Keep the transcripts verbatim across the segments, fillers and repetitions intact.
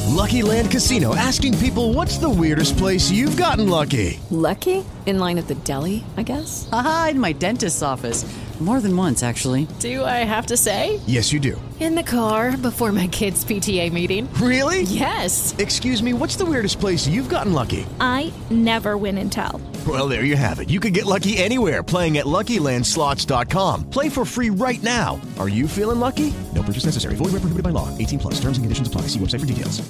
Lucky Land Casino, asking people, what's the weirdest place you've gotten lucky? Lucky? In line at the deli, I guess? Aha, in my dentist's office. More than once, actually. Do I have to say? Yes, you do. In the car before my kids' P T A meeting. Really? Yes. Excuse me, what's the weirdest place you've gotten lucky? I never win and tell. Well, there you have it. You can get lucky anywhere, playing at Lucky Land Slots dot com. Play for free right now. Are you feeling lucky? No purchase necessary. Void where prohibited by law. eighteen plus. Terms and conditions apply. See website for details.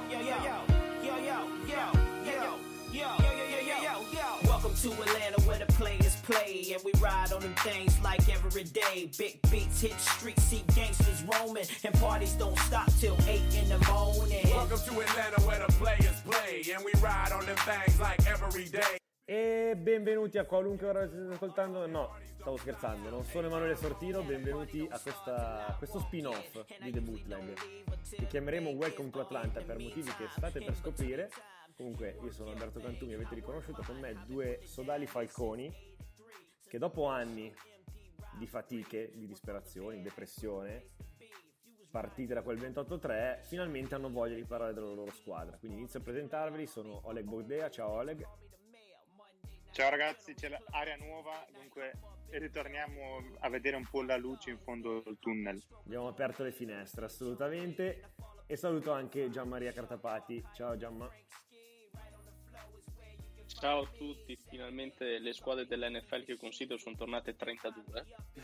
Welcome to Atlanta where the players play and we ride on them things like every day. Big beats hit streets, see gangsters roaming and parties don't stop till eight in the morning. Welcome to Atlanta where the players play and we ride on them things like every day. E benvenuti a qualunque ora state ascoltando. No, stavo scherzando, non sono Emanuele Sortino. Benvenuti a, questa, a questo spin-off di The Bootleg che chiameremo Welcome to Atlanta per motivi che state per scoprire. Comunque io sono Alberto Cantù, mi avete riconosciuto, con me due sodali falconi che dopo anni di fatiche, di disperazioni, depressione, partite da quel ventotto tre, finalmente hanno voglia di parlare della loro squadra. Quindi inizio a presentarveli. Sono Oleg Bogdea. Ciao Oleg. Ciao ragazzi, c'è l'aria nuova, dunque ritorniamo a vedere un po' la luce in fondo al tunnel. Abbiamo aperto le finestre, assolutamente. E saluto anche Gianmaria Cartapati. Ciao Gianma. Ciao a tutti, finalmente le squadre dell'N F L che considero sono tornate trentadue.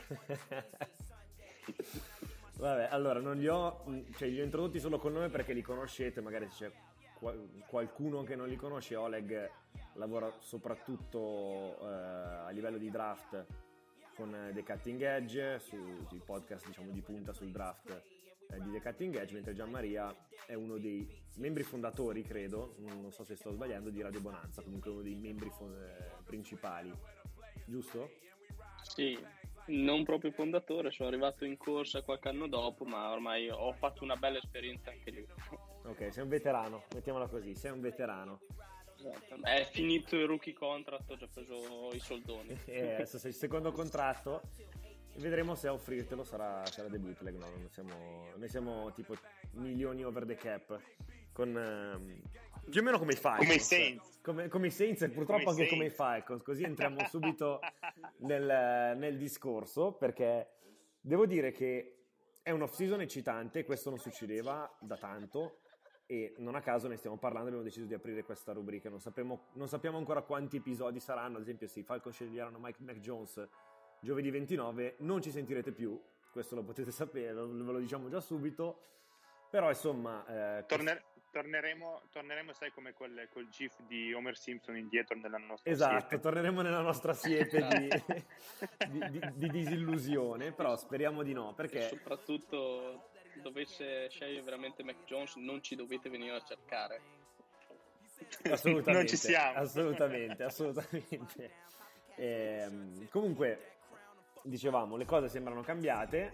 Vabbè, allora non li ho, cioè li ho introdotti solo col nome perché li conoscete, magari se c'è qualcuno che non li conosce. Oleg lavora soprattutto eh, a livello di draft con The Cutting Edge, sui podcast diciamo di punta sul draft eh, di The Cutting Edge, mentre Gianmaria è uno dei membri fondatori, credo, non so se sto sbagliando, di Radio Bonanza, comunque uno dei membri fo- eh, principali, giusto? Sì, non proprio fondatore, sono arrivato in corsa qualche anno dopo, ma ormai ho fatto una bella esperienza anche lì. Ok, sei un veterano, mettiamola così, sei un veterano. È finito il rookie contract, ho già preso i soldoni. E adesso sei il secondo contratto e vedremo se a offrirtelo sarà, sarà The Bootleg. No, noi siamo, noi siamo tipo milioni over the cap, con ehm, più o meno come i Falcons, come i Saints, come, come i Saints e purtroppo come anche come i Falcons. Così entriamo subito nel, nel discorso, perché devo dire che è un off season eccitante. Questo non succedeva da tanto e non a caso ne stiamo parlando. Abbiamo deciso di aprire questa rubrica. Non sappiamo, non sappiamo ancora quanti episodi saranno. Ad esempio, se i Falcons sceglieranno Mike Mac Jones giovedì ventinove, non ci sentirete più, questo lo potete sapere, ve lo diciamo già subito. Però insomma eh, Torner- torneremo, torneremo sai come quel, quel gif di Homer Simpson indietro nella nostra esatto, siepe. torneremo nella nostra siepe di, di, di, di disillusione, però speriamo di no, perché e soprattutto dovesse scegliere veramente Mac Jones non ci dovete venire a cercare. Assolutamente, non ci siamo, assolutamente, assolutamente. Ehm, comunque dicevamo, le cose sembrano cambiate.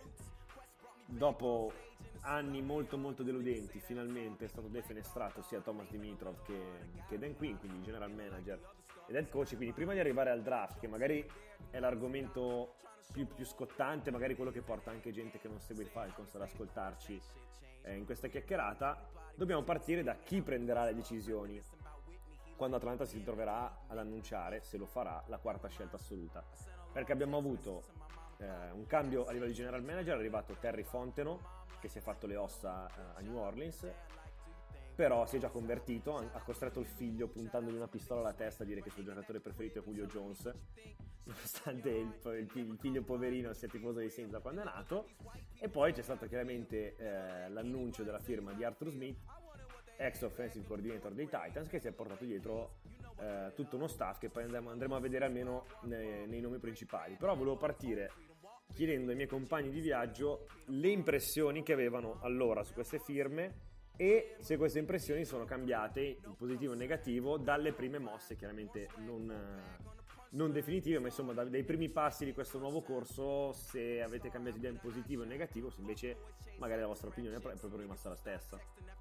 Dopo anni molto molto deludenti, finalmente è stato defenestrato sia Thomas Dimitrov che, che Dan Quinn, quindi general manager ed head coach. Quindi prima di arrivare al draft, che magari è l'argomento più, più scottante, magari quello che porta anche gente che non segue i Falcons ad ascoltarci eh, in questa chiacchierata, dobbiamo partire da chi prenderà le decisioni quando Atlanta si troverà ad annunciare, se lo farà, la quarta scelta assoluta. Perché abbiamo avuto eh, un cambio a livello di general manager, è arrivato Terry Fonteno che si è fatto le ossa eh, a New Orleans, però si è già convertito, ha costretto il figlio puntandogli una pistola alla testa a dire che il suo giocatore preferito è Julio Jones, nonostante il, il, il figlio poverino sia tifoso dei Saints da quando è nato. E poi c'è stato chiaramente eh, l'annuncio della firma di Arthur Smith, ex offensive coordinator dei Titans, che si è portato dietro eh, tutto uno staff che poi andremo, andremo a vedere almeno nei, nei nomi principali. Però volevo partire chiedendo ai miei compagni di viaggio le impressioni che avevano allora su queste firme e se queste impressioni sono cambiate in positivo o negativo dalle prime mosse, chiaramente non, non definitive, ma insomma da, dai primi passi di questo nuovo corso, se avete cambiato idea in positivo o in negativo, se invece magari la vostra opinione è proprio rimasta la stessa.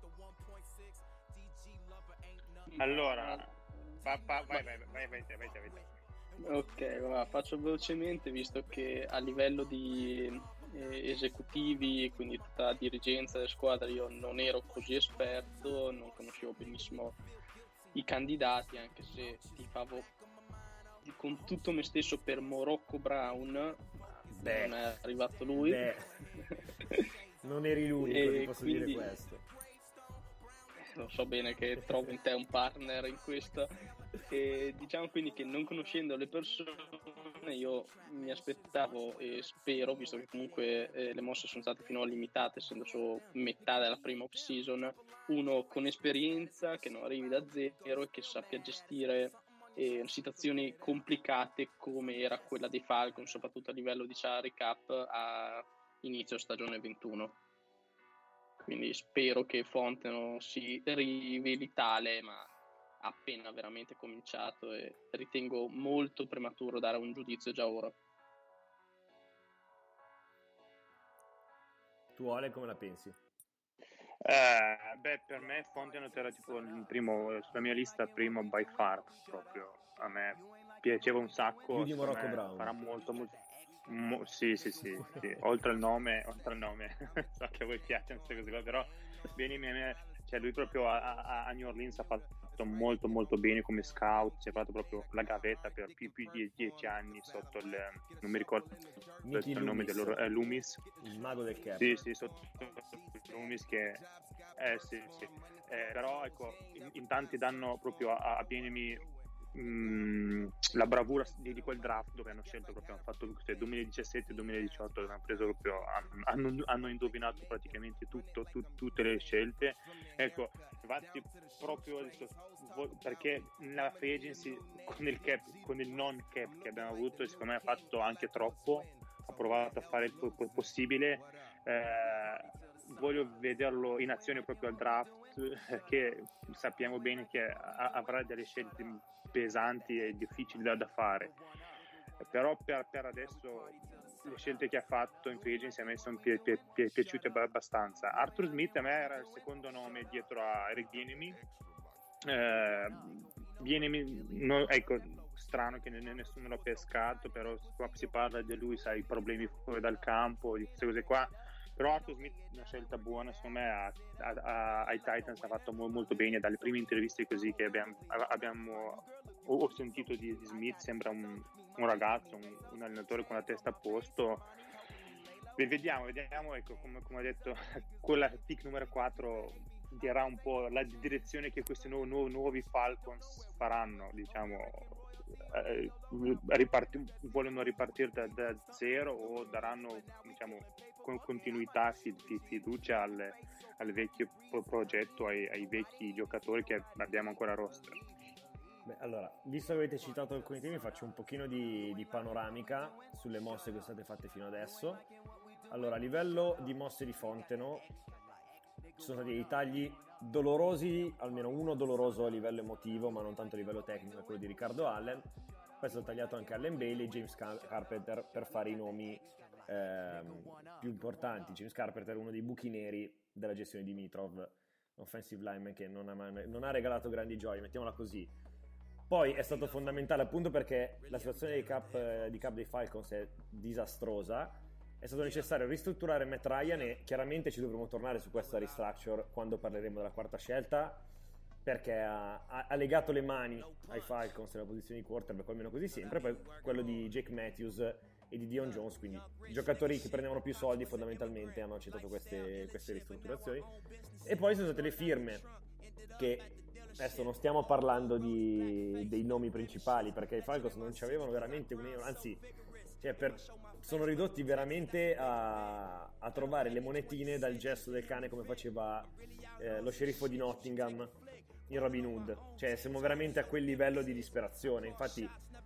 Allora, va, va, vai, vai, vai, vai, vai, vai, vai. Ok, va, faccio velocemente, visto che a livello di eh, esecutivi, quindi tutta la dirigenza delle squadre, io non ero così esperto, non conoscevo benissimo i candidati, anche se tifavo con tutto me stesso per Morocco Brown. Beh, non è arrivato lui. Beh, non eri l'unico, ti posso quindi, dire questo. Lo so bene che trovo in te un partner in questo. E diciamo quindi che non conoscendo le persone io mi aspettavo e spero, visto che comunque eh, le mosse sono state finora limitate, essendo solo metà della prima off season, uno con esperienza, che non arrivi da zero e che sappia gestire eh, situazioni complicate come era quella dei Falcons, soprattutto a livello di salary cap a inizio stagione ventuno. Quindi spero che Fontenot si riveli tale, ma appena veramente cominciato, e ritengo molto prematuro dare un giudizio già ora. Tu Ale come la pensi? Eh, beh, per me Fontenot era tipo il primo, sulla mia lista primo by far, proprio a me piaceva un sacco. Più di Morocco Brown. Farà molto molto mo, sì, sì, sì, sì, oltre al nome, oltre al nome so che a voi piacciono queste cose qua, però bene, bene, cioè lui proprio a, a, a New Orleans ha fatto molto molto bene come scout, si è fatto proprio la gavetta per più, più di dieci anni sotto il, non mi ricordo il, il nome del loro, eh, Loomis, il mago del cap. Sì, sì, sotto Loomis che eh sì, sì. Eh, però ecco, in, in tanti danno proprio a, a Bieniemy mh, la bravura di, di quel draft dove hanno scelto proprio, hanno fatto cioè, duemiladiciassette duemiladiciotto, hanno preso proprio, hanno, hanno indovinato praticamente tutto, tu, tutte le scelte. Ecco, infatti proprio adesso, perché nella free agency con il cap, con il non cap che abbiamo avuto, secondo me ha fatto anche troppo, ha provato a fare il possibile. Eh, voglio vederlo in azione proprio al draft, che sappiamo bene che avrà delle scelte pesanti e difficili da, da fare, però per, per adesso le scelte che ha fatto in free agency a me sono pi- pi- pi- piaciute abbastanza. Arthur Smith a me era il secondo nome dietro a Eric Bieniemy. eh, Bieniemy no, ecco, strano che nessuno l'ha pescato, però qua si parla di lui, sai, problemi fuori dal campo, di queste cose qua. Però Arthur Smith è una scelta buona, secondo me a, a, a, ai Titans ha fatto mo, molto bene. Dalle prime interviste così che abbiamo, abbiamo ho, ho sentito di, di Smith, sembra un, un ragazzo, un, un allenatore con la testa a posto. Vediamo, vediamo, ecco, come, come ho detto, quella pick numero quattro dirà un po' la direzione che questi nuovi, nuovi, nuovi Falcons faranno, diciamo. Eh, riparti, vogliono ripartire da, da zero o daranno, diciamo, con continuità, fiducia al, al vecchio progetto, ai, ai vecchi giocatori che abbiamo ancora roster. Beh, allora, visto che avete citato alcuni temi, faccio un pochino di, di panoramica sulle mosse che sono state fatte fino adesso. Allora, a livello di mosse di Fontenot ci sono stati dei tagli dolorosi, almeno uno doloroso a livello emotivo, ma non tanto a livello tecnico, quello di Ricardo Allen. Poi è stato tagliato anche Allen Bailey e James Carpenter per fare i nomi ehm, più importanti. James Carpenter è uno dei buchi neri della gestione di Dimitrov, offensive lineman che non ha, non ha regalato grandi gioie, mettiamola così. Poi è stato fondamentale appunto perché la situazione di cap, di cap dei Falcons è disastrosa. È stato necessario ristrutturare Matt Ryan e chiaramente ci dovremo tornare su questa restructure quando parleremo della quarta scelta, perché ha, ha legato le mani ai Falcons nella posizione di quarterback, almeno così sempre. Poi quello di Jake Matthews e di Dion Jones, quindi giocatori che prendevano più soldi fondamentalmente hanno accettato queste, queste ristrutturazioni. E poi sono state le firme, che adesso non stiamo parlando di, dei nomi principali, perché i Falcons non ci avevano veramente un euro, anzi cioè per, sono ridotti veramente a, a trovare le monetine dal gesto del cane, come faceva eh, lo sceriffo di Nottingham in Robin Hood. Cioè siamo veramente a quel livello di disperazione. Infatti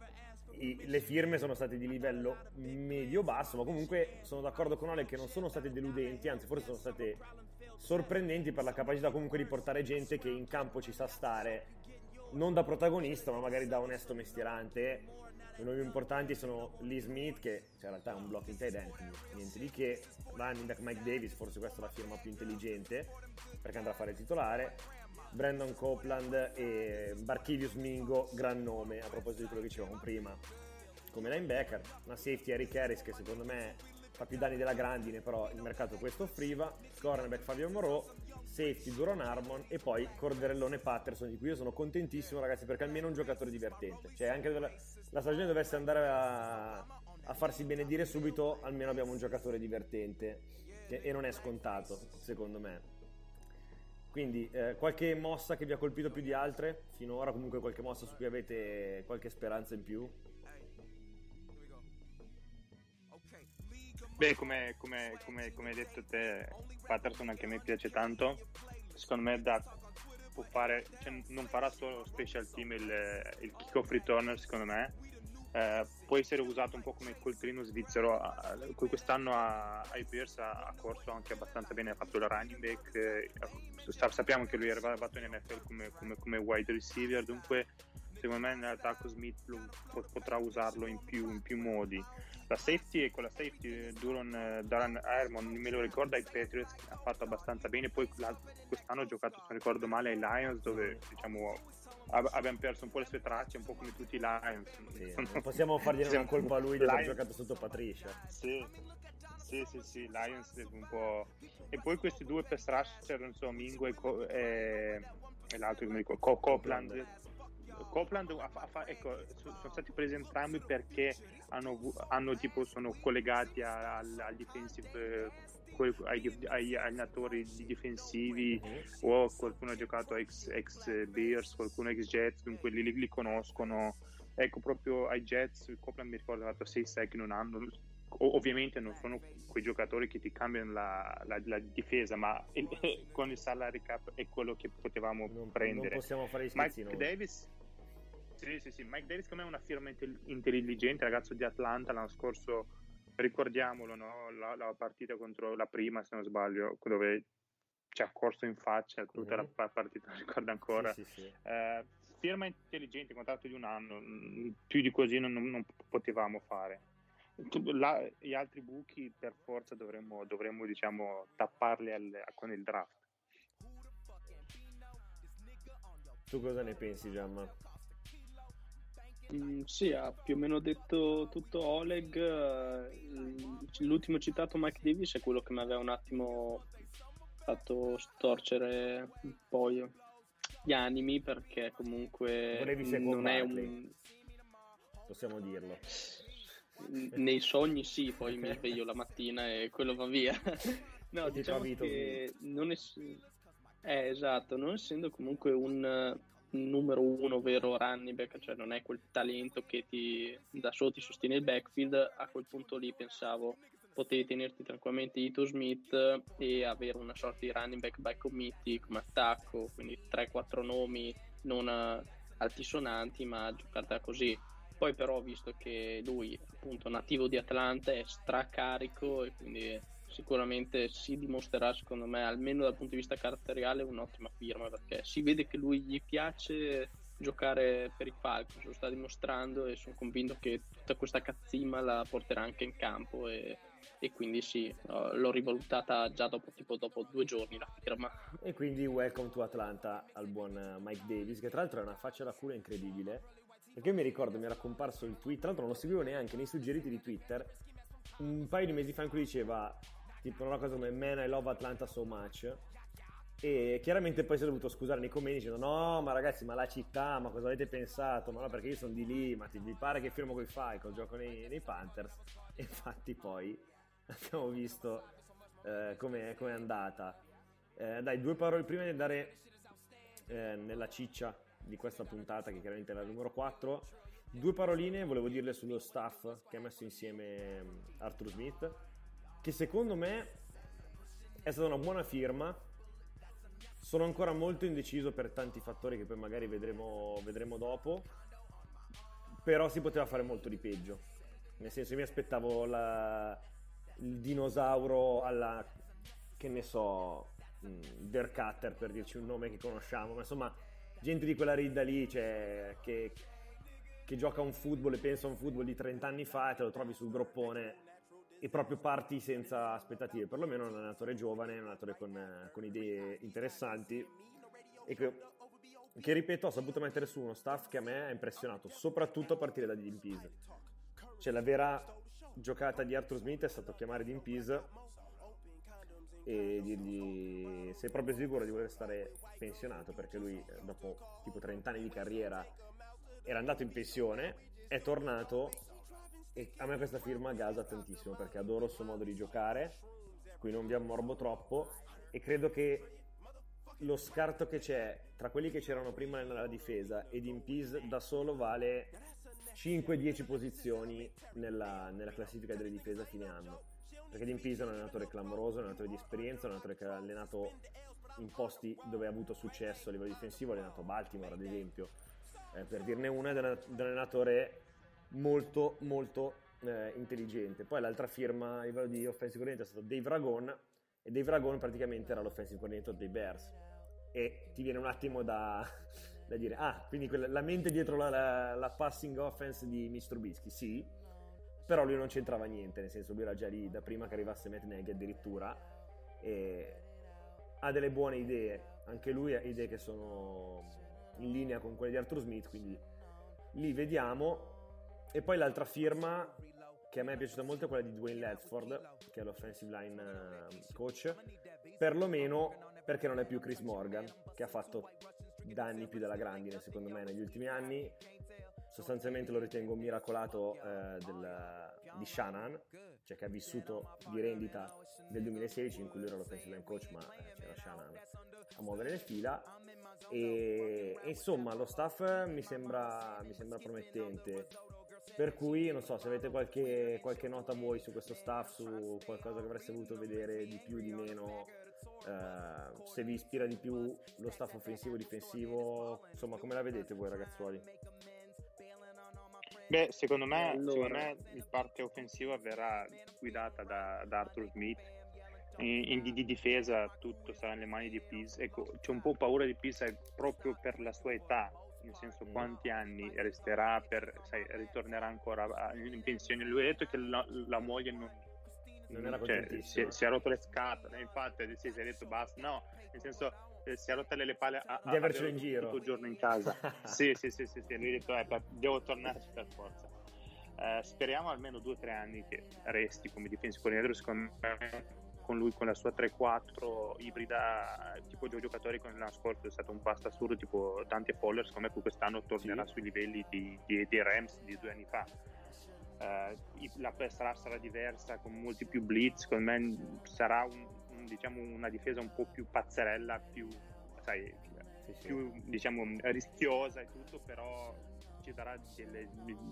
i, le firme sono state di livello medio-basso, ma comunque sono d'accordo con Ale che non sono state deludenti, anzi forse sono state sorprendenti per la capacità comunque di portare gente che in campo ci sa stare, non da protagonista ma magari da onesto mestierante. I nomi importanti sono Lee Smith, che cioè, in realtà è un blocking tight end, niente di che. Running back Mike Davis, forse questa è la firma più intelligente perché andrà a fare il titolare. Brandon Copeland e Barkevius Mingo, gran nome a proposito di quello che dicevamo prima come linebacker. Una safety Eric Harris che secondo me fa più danni della grandine, però il mercato questo offriva. Cornerback Fabio Moreau, safety Duron Harmon e poi corderellone Patterson, di cui io sono contentissimo, ragazzi, perché almeno è un giocatore divertente. Cioè anche se la, la stagione dovesse andare a, a farsi benedire subito, almeno abbiamo un giocatore divertente, che, e non è scontato secondo me. Quindi eh, qualche mossa che vi ha colpito più di altre finora, comunque qualche mossa su cui avete qualche speranza in più? Beh, come, come, come, come hai detto te, Patterson anche a me piace tanto. Secondo me da, può fare, cioè, non farà solo special team il, il kick-off returner, secondo me. Eh, può essere usato un po' come coltrino svizzero. Quest'anno a, ai Bears ha, ha corso anche abbastanza bene, ha fatto il running back. Eh, sappiamo che lui era arrivato in N F L come, come, come wide receiver, dunque secondo me nell'attacco Smith potrà usarlo in più, in più modi. La safety, e con la safety Duron, Duron Harmon, me lo ricordo ai Patriots, ha fatto abbastanza bene. Poi la, quest'anno ha giocato, se non ricordo male, ai Lions, dove diciamo abbiamo perso un po' le sue tracce, un po' come tutti i Lions. Sì, non possiamo fargli una colpa a lui di aver giocato sotto Patricia. Sì, sì, sì, sì, Lions un po'. E poi questi due pass rusher, non so, Mingo e, Co- e, e l'altro che mi ricordo, Co- Copeland. Copeland, ecco, sono stati presi entrambi perché hanno, hanno tipo sono collegati al, al defensive, ai, ai allenatori difensivi, uh-huh. O qualcuno ha giocato ex, ex Bears, qualcuno ex Jets, dunque li, li conoscono. Ecco, proprio ai Jets Copeland mi ricordo ha fatto sei sack in un anno. O, ovviamente non sono quei giocatori che ti cambiano la, la, la difesa, ma il, con il salary cap è quello che potevamo non, prendere. Non possiamo fare i schizzi Mike noi. Davis, sì, sì, sì. Mike Davis come è una firma intelligente, ragazzo di Atlanta. L'anno scorso, ricordiamolo, no? la, la partita contro la prima, se non sbaglio, dove ci ha corso in faccia tutta mm-hmm. la partita, non ricordo ancora. Sì, sì, sì. Uh, firma intelligente, contratto di un anno, più di così non, non potevamo fare. La, gli altri buchi per forza dovremmo, dovremmo diciamo tapparli al, con il draft. Tu cosa ne pensi, Giamma? Mm, sì, ha più o meno detto tutto Oleg. L'ultimo citato, Mike Davis, è quello che mi aveva un attimo fatto storcere un po' gli animi, perché comunque non è un... possiamo dirlo. Nei sogni sì, poi mi sveglio la mattina e quello va via. No, diciamo che non è... Eh, esatto, non essendo comunque un numero uno vero running back, cioè non è quel talento che ti da solo ti sostiene il backfield, a quel punto lì pensavo potevi tenerti tranquillamente Ito Smith e avere una sorta di running back by committee come attacco, quindi tre quattro nomi non altisonanti, ma giocata così. Poi però, visto che lui appunto nativo di Atlanta, è stracarico e quindi sicuramente si dimostrerà, secondo me, almeno dal punto di vista caratteriale, un'ottima firma, perché si vede che lui gli piace giocare per i Falcons, lo sta dimostrando, e sono convinto che tutta questa cazzimma la porterà anche in campo, e, e quindi sì, l'ho rivalutata già dopo tipo dopo due giorni la firma. E quindi welcome to Atlanta al buon Mike Davis, che tra l'altro è una faccia da culo incredibile, perché io mi ricordo mi era comparso il tweet, tra l'altro non lo seguivo neanche nei suggeriti di Twitter un paio di mesi fa, in cui diceva tipo una cosa come "Man, I love Atlanta so much", e chiaramente poi si è dovuto scusare nei commenti dicendo "no, ma ragazzi, ma la città, ma cosa avete pensato? Ma no, perché io sono di lì, ma ti, vi pare che firmo coi Falcons, gioco nei, nei Panthers?" E infatti poi abbiamo visto eh, come è andata. Eh, dai, due parole prima di andare eh, nella ciccia di questa puntata, che chiaramente è la numero quattro. Due paroline volevo dirle sullo staff che ha messo insieme Arthur Smith, che secondo me è stata una buona firma. Sono ancora molto indeciso per tanti fattori che poi magari vedremo, vedremo dopo, però si poteva fare molto di peggio, nel senso, io mi aspettavo la, il dinosauro alla, che ne so, Dirk Cutter, per dirci un nome che conosciamo, ma insomma gente di quella ridda lì, cioè, che, che gioca un football e pensa a un football di trenta anni fa, e te lo trovi sul groppone e proprio parti senza aspettative. Perlomeno un allenatore giovane, un allenatore con, con idee interessanti, e che, che ripeto ha saputo mettere su uno staff che a me ha impressionato, soprattutto a partire da Dean Pease. Cioè la vera giocata di Arthur Smith è stato chiamare Dean Pease e dirgli: sei proprio sicuro di voler stare pensionato? Perché lui dopo tipo trenta anni di carriera era andato in pensione, è tornato, e a me questa firma gasa tantissimo perché adoro il suo modo di giocare, qui non vi ammorbo troppo, e credo che lo scarto che c'è tra quelli che c'erano prima nella difesa e Dean Pease da solo vale cinque dieci posizioni nella, nella classifica delle difese a fine anno, perché Dean Pease è un allenatore clamoroso, un allenatore di esperienza, un allenatore che ha allenato in posti dove ha avuto successo a livello difensivo, ha allenato Baltimore ad esempio, eh, per dirne una, ed è un allenatore molto molto eh, intelligente. Poi l'altra firma a livello di offensive coordinator è stato Dave Ragone, e Dave Ragone praticamente era l'offensive coordinator dei Bears, e ti viene un attimo da, da dire: ah, quindi quella, la mente dietro la, la, la passing offense di Mitch Trubisky, sì, però lui non c'entrava niente, nel senso lui era già lì da prima che arrivasse Matt Nagy addirittura, e ha delle buone idee, anche lui ha idee che sono in linea con quelle di Arthur Smith, quindi li vediamo. E poi l'altra firma che a me è piaciuta molto è quella di Dwayne Ledford, che è l'offensive line coach, perlomeno perché non è più Chris Morgan, che ha fatto danni più della grandine secondo me negli ultimi anni. Sostanzialmente lo ritengo un miracolato eh, del, di Shanahan, cioè che ha vissuto di rendita del duemilasedici in cui lui era l'offensive line coach, ma eh, c'era Shanahan a muovere le fila, e, e insomma lo staff mi sembra, mi sembra promettente, per cui non so se avete qualche, qualche nota voi su questo staff, su qualcosa che avreste voluto vedere di più, di meno, eh, se vi ispira di più lo staff offensivo, difensivo, insomma come la vedete voi ragazzuoli? Beh, secondo me, allora. secondo me la parte offensiva verrà guidata da, da Arthur Smith. In, in, di difesa tutto sarà nelle mani di Pease. Ecco, c'è un po' paura di Pease proprio per la sua età, nel senso quanti anni resterà, per, sai, ritornerà ancora in pensione. Lui ha detto che la, la moglie non, non era cioè, contentissima, si, si è rotto le scatole, infatti sì, si è detto basta, no, nel senso eh, si è rotta le palle a, a, di avercelo in giro tutto il giorno in casa. sì, sì, sì, sì, sì, lui ha detto eh, per, devo tornarci per forza. Eh, speriamo almeno due o tre anni che resti come defensive coordinator. Secondo me con lui, con la sua tre quattro ibrida tipo due giocatori, con l'anno scorso è stato un pasto assurdo tipo Dante Fowler, secondo me quest'anno tornerà sì. sui livelli di, di, di Rams di due anni fa. Uh, la sarà, sarà diversa, con molti più blitz, secondo me sarà un, un, diciamo una difesa un po' più pazzerella, più, sai, sì, sì. più diciamo rischiosa e tutto, però ci darà delle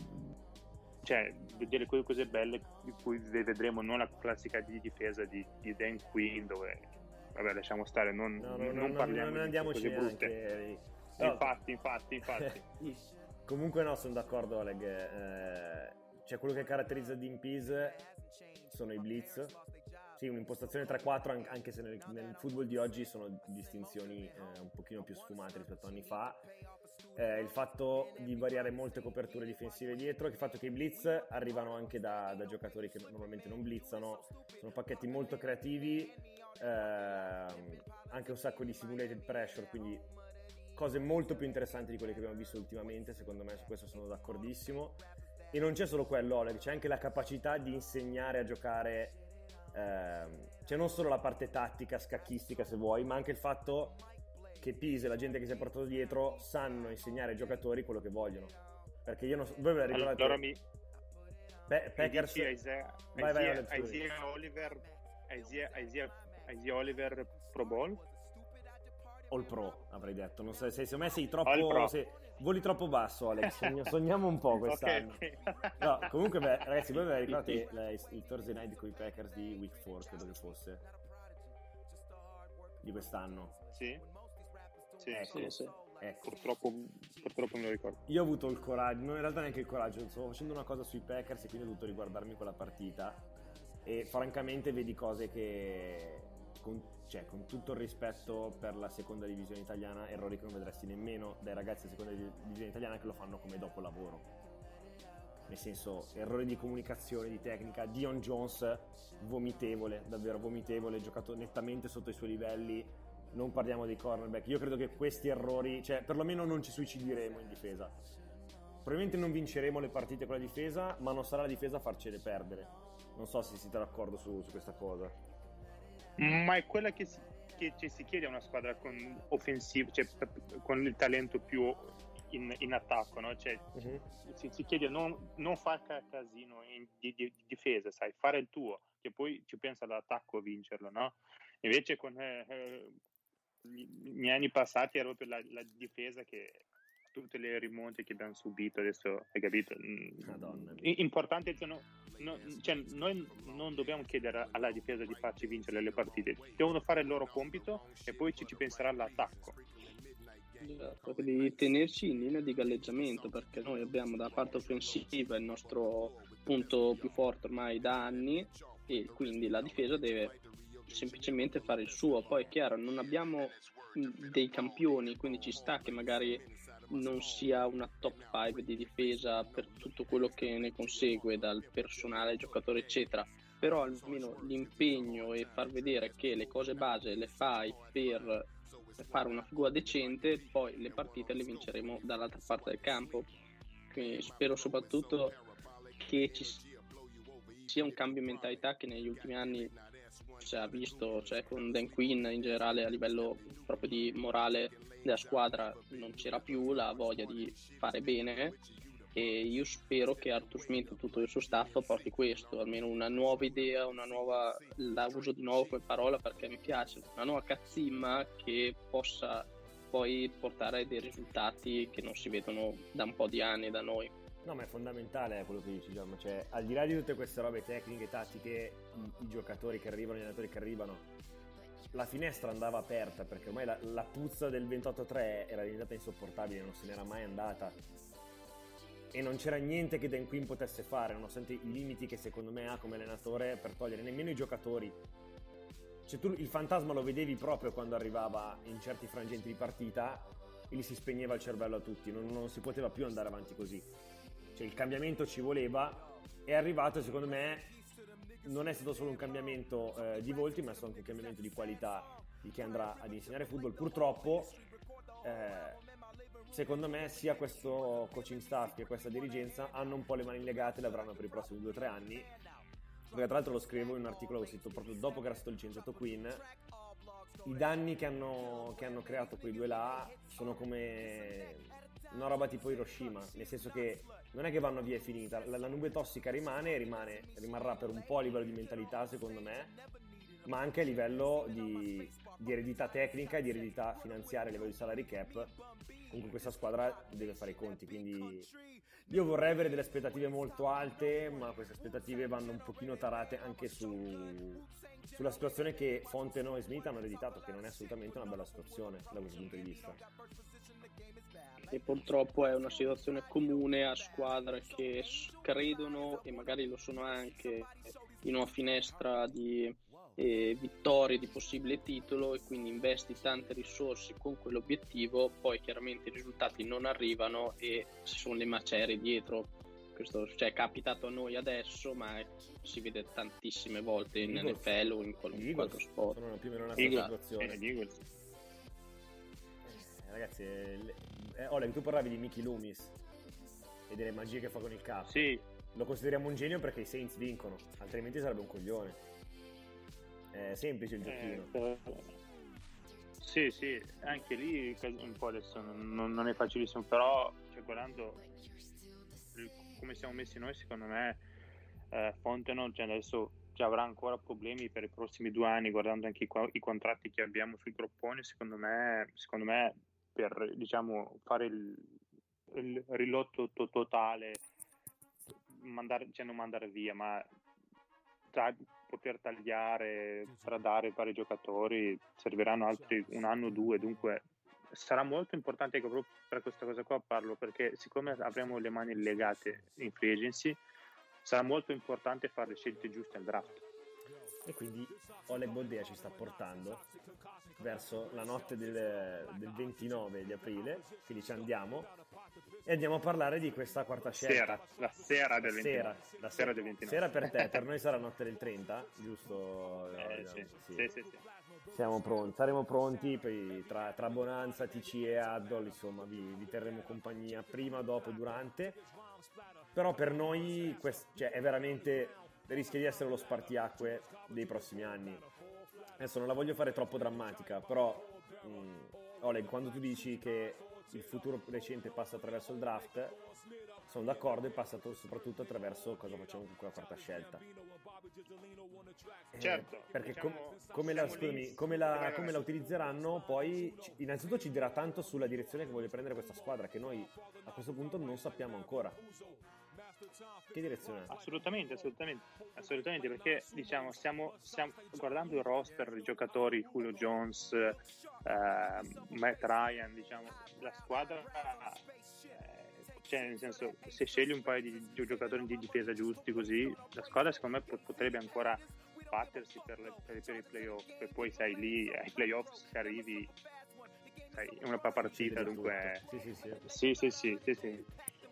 cioè delle cose belle di cui vedremo, non la classica di difesa di, di Dan Quinn, dove vabbè lasciamo stare, non, no, non, no, non no, parliamo non di cose brutte. Neanche... No. infatti infatti infatti comunque no, sono d'accordo Oleg, eh, cioè quello che caratterizza Dean Pease sono i blitz, sì, un'impostazione tre quattro, anche se nel, nel football di oggi sono distinzioni eh, un pochino più sfumate rispetto a anni fa, eh, il fatto di variare molte coperture difensive dietro, il fatto che i blitz arrivano anche da, da giocatori che normalmente non blitzano, sono pacchetti molto creativi, eh, anche un sacco di simulated pressure, quindi cose molto più interessanti di quelle che abbiamo visto ultimamente, secondo me su questo sono d'accordissimo. E non c'è solo quello, Oleg, c'è anche la capacità di insegnare a giocare, ehm, c'è non solo la parte tattica, scacchistica se vuoi, ma anche il fatto che Pease e la gente che si è portato dietro sanno insegnare ai giocatori quello che vogliono. Perché io non so, voi ve la ricordate? Allora mi... Pe- Packers... Isaiah, vai, vai, Isaiah, Oleg, Isaiah Oliver, Isaiah, Isaiah, Isaiah Oliver Pro Bowl? All Pro avrei detto, non so, se secondo me sei troppo, se, voli troppo basso Alex, Sogno, sogniamo un po' quest'anno. Okay. No, comunque beh, ragazzi, voi ve la ricordate la, il Thursday Night con i Packers di Week quattro, credo che fosse di quest'anno? Sì, sì, ecco, sì, sì. Ecco. Purtroppo, purtroppo me lo ricordo. Io ho avuto il coraggio, non in realtà neanche il coraggio, stavo facendo una cosa sui Packers e quindi ho dovuto riguardarmi quella partita e francamente vedi cose che con, cioè, con tutto il rispetto per la seconda divisione italiana, errori che non vedresti nemmeno dai ragazzi della seconda divisione italiana che lo fanno come dopolavoro, nel senso, errori di comunicazione, di tecnica. Dion Jones vomitevole, davvero vomitevole, giocato nettamente sotto i suoi livelli, non parliamo dei cornerback. Io credo che questi errori, cioè perlomeno non ci suicideremo in difesa, probabilmente non vinceremo le partite con la difesa, ma non sarà la difesa a farcele perdere. Non so se siete d'accordo su, su questa cosa. Ma è quella che si, che, cioè, si chiede a una squadra con offensivo, cioè con il talento più in, in attacco, no? Cioè, uh-huh. si, si chiede non, non far casino in, di, di, di difesa, sai, fare il tuo, che poi ci pensa all'attacco a vincerlo, no? Invece con eh, eh, gli anni passati era proprio la, la difesa che tutte le rimonte che abbiamo subito adesso, hai capito? Madonna. Importante, cioè, no, no, cioè, noi non dobbiamo chiedere alla difesa di farci vincere le partite, devono fare il loro compito e poi ci, ci penserà l'attacco. Esatto, di tenerci in linea di galleggiamento, perché noi abbiamo da parte offensiva il nostro punto più forte ormai da anni, e quindi la difesa deve semplicemente fare il suo. Poi è chiaro, non abbiamo dei campioni, quindi ci sta che magari non sia una top cinque di difesa per tutto quello che ne consegue dal personale, giocatore eccetera, però almeno l'impegno e far vedere che le cose base le fai per fare una figura decente, poi le partite le vinceremo dall'altra parte del campo. Quindi spero soprattutto che ci sia un cambio di mentalità che negli ultimi anni si è visto, cioè con Dan Quinn in generale a livello proprio di morale della squadra non c'era più la voglia di fare bene, e io spero che Arthur Smith e tutto il suo staff porti questo, almeno una nuova idea, una nuova, la uso di nuovo come parola perché mi piace, una nuova cazzimma che possa poi portare dei risultati che non si vedono da un po' di anni da noi. No, ma è fondamentale quello che dici, Giamma, cioè al di là di tutte queste robe tecniche, tattiche, i, i giocatori che arrivano, gli allenatori che arrivano, la finestra andava aperta perché ormai la, la puzza del ventotto tre era diventata insopportabile, non se n'era mai andata e non c'era niente che Dan Quinn potesse fare, nonostante i limiti che secondo me ha come allenatore per togliere nemmeno i giocatori. Cioè tu il fantasma lo vedevi proprio quando arrivava in certi frangenti di partita e gli si spegneva il cervello a tutti, non, non si poteva più andare avanti così. Cioè il cambiamento ci voleva, è arrivato, secondo me non è stato solo un cambiamento eh, di volti, ma è stato anche un cambiamento di qualità di chi andrà ad insegnare football. Purtroppo eh, secondo me sia questo coaching staff che questa dirigenza hanno un po' le mani legate, le avranno per i prossimi due o tre anni, perché tra l'altro lo scrivo in un articolo che ho scritto proprio dopo che era stato licenziato Quinn. I danni che hanno, che hanno creato quei due là sono come una roba tipo Hiroshima, nel senso che non è che vanno via e finita, la, la nube tossica rimane, rimane rimarrà per un po' a livello di mentalità secondo me, ma anche a livello di, di eredità tecnica e di eredità finanziaria, a livello di salary cap. Comunque questa squadra deve fare i conti, quindi io vorrei avere delle aspettative molto alte, ma queste aspettative vanno un pochino tarate anche su, sulla situazione che Fontenot e Smith hanno ereditato, che non è assolutamente una bella situazione da questo punto di vista. E purtroppo è una situazione comune a squadre che credono, e magari lo sono anche, in una finestra di eh, vittorie, di possibile titolo, e quindi investi tante risorse con quell'obiettivo, poi chiaramente i risultati non arrivano e ci sono le macerie dietro. Questo cioè, è capitato a noi adesso, ma si vede tantissime volte in N F L o in qualunque altro sport. Sono più o meno una situazione. Eh, ragazzi, eh, Oleg, tu parlavi di Mickey Loomis e delle magie che fa con il capo. Sì. Lo consideriamo un genio perché i Saints vincono, altrimenti sarebbe un coglione. È semplice il giochino. Eh, sì, sì, anche lì un po' adesso non, non è facilissimo, però cioè, guardando come siamo messi noi, secondo me eh, Fontenot cioè, adesso ci avrà ancora problemi per i prossimi due anni, guardando anche i, i contratti che abbiamo sui gropponi. Secondo me, secondo me per diciamo fare il, il rilotto to- totale, mandare, cioè non mandare via, ma tra, poter tagliare, stradare vari giocatori, serviranno altri un anno o due, dunque sarà molto importante che proprio per questa cosa qua parlo, perché siccome avremo le mani legate in free agency, sarà molto importante fare le scelte giuste al draft. E quindi Oleg Boldea ci sta portando verso la notte del, del ventinove di aprile, che dice andiamo e andiamo a parlare di questa quarta scelta. Sera, la sera del ventinove. Sera, la sera del ventinove. Sera per te, per noi sarà notte del trenta, giusto? Eh, no, sì. sì. Sì, sì, sì. Siamo pronti, saremo pronti, poi tra, tra Bonanza, T C e Addol, insomma, vi, vi terremo compagnia prima, dopo e durante. Però per noi quest, cioè, è veramente, rischia di essere lo spartiacque dei prossimi anni. Adesso non la voglio fare troppo drammatica, però mh, Oleg, quando tu dici che il futuro recente passa attraverso il draft, sono d'accordo, e passa soprattutto attraverso cosa facciamo con quella quarta scelta. Certo, eh, perché diciamo, com- come, la, scusami, come, la, come la utilizzeranno poi ci, innanzitutto ci dirà tanto sulla direzione che vuole prendere questa squadra, che noi a questo punto non sappiamo ancora. Che direzione? Assolutamente, assolutamente, assolutamente, perché diciamo stiamo, stiamo guardando il roster dei giocatori, Julio Jones, eh, Matt Ryan, diciamo, la squadra, eh, cioè nel senso, se scegli un paio di, di giocatori di difesa giusti così, la squadra secondo me potrebbe ancora battersi per, le, per, per i playoff, e poi sai lì ai playoff se arrivi, sai, è una partita, sì, dunque sì sì sì. sì sì sì sì sì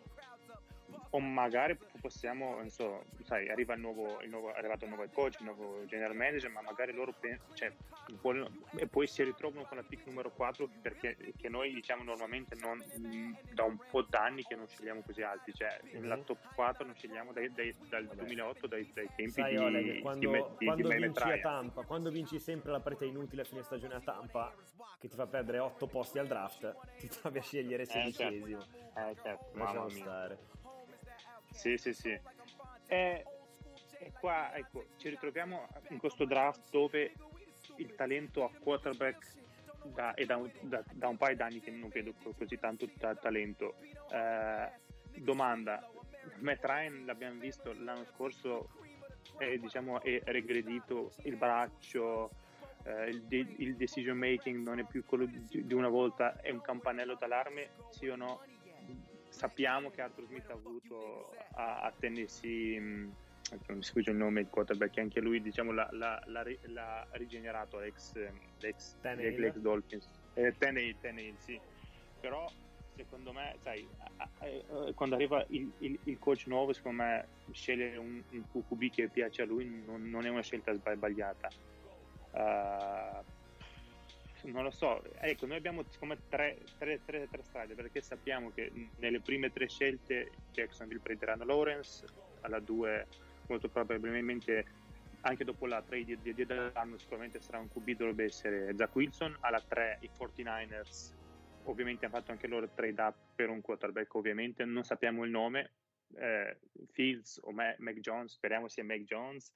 o magari possiamo, non so, sai, arriva il nuovo, il nuovo, è arrivato il nuovo coach, il nuovo general manager, ma magari loro cioè, vogliono, e poi si ritrovano con la pick numero quattro, perché che noi diciamo normalmente non, da un po' d'anni che non scegliamo così alti, cioè mm-hmm. la top quattro non scegliamo dai, dai, dal Vabbè. duemilaotto, dai, dai tempi sai, di, Oleg, quando, di, di, quando di vinci a Tampa, quando vinci sempre la partita inutile a fine stagione a Tampa, che ti fa perdere otto posti al draft, ti trovi a scegliere sedicesimo. Eh, certo. Eh, certo. Lasciamo stare. Sì, sì, sì. E, e qua, ecco, ci ritroviamo in questo draft dove il talento a quarterback da, è da un, da, da un paio d'anni che non vedo così tanto ta- talento. Eh, domanda, Matt Ryan l'abbiamo visto l'anno scorso, è, diciamo, è regredito il braccio, eh, il, de- il decision making non è più quello di, di una volta, è un campanello d'allarme, sì o no? Sappiamo che Arthur Smith ha avuto a, a Tennessee, mh, non mi sfugge il nome, il quarterback, anche lui diciamo l'ha, l'ha, l'ha, l'ha rigenerato ex, ex, ex Dolphins, eh, Tannehill, Tannehill, sì. Però secondo me, sai, a, a, a, quando arriva il, il, il coach nuovo, secondo me scegliere un, un Q B che piace a lui non, non è una scelta sbagliata. Uh, non lo so, ecco, noi abbiamo come tre, tre, tre, tre strade, perché sappiamo che nelle prime tre scelte Jacksonville prenderanno Lawrence, alla due molto probabilmente anche dopo la trade di, di dell'anno sicuramente sarà un Q B, dovrebbe essere Zach Wilson, alla tre i quarantanovers ovviamente hanno fatto anche loro trade up per un quarterback, ovviamente non sappiamo il nome, eh, Fields o Mac, Mac Jones, speriamo sia Mac Jones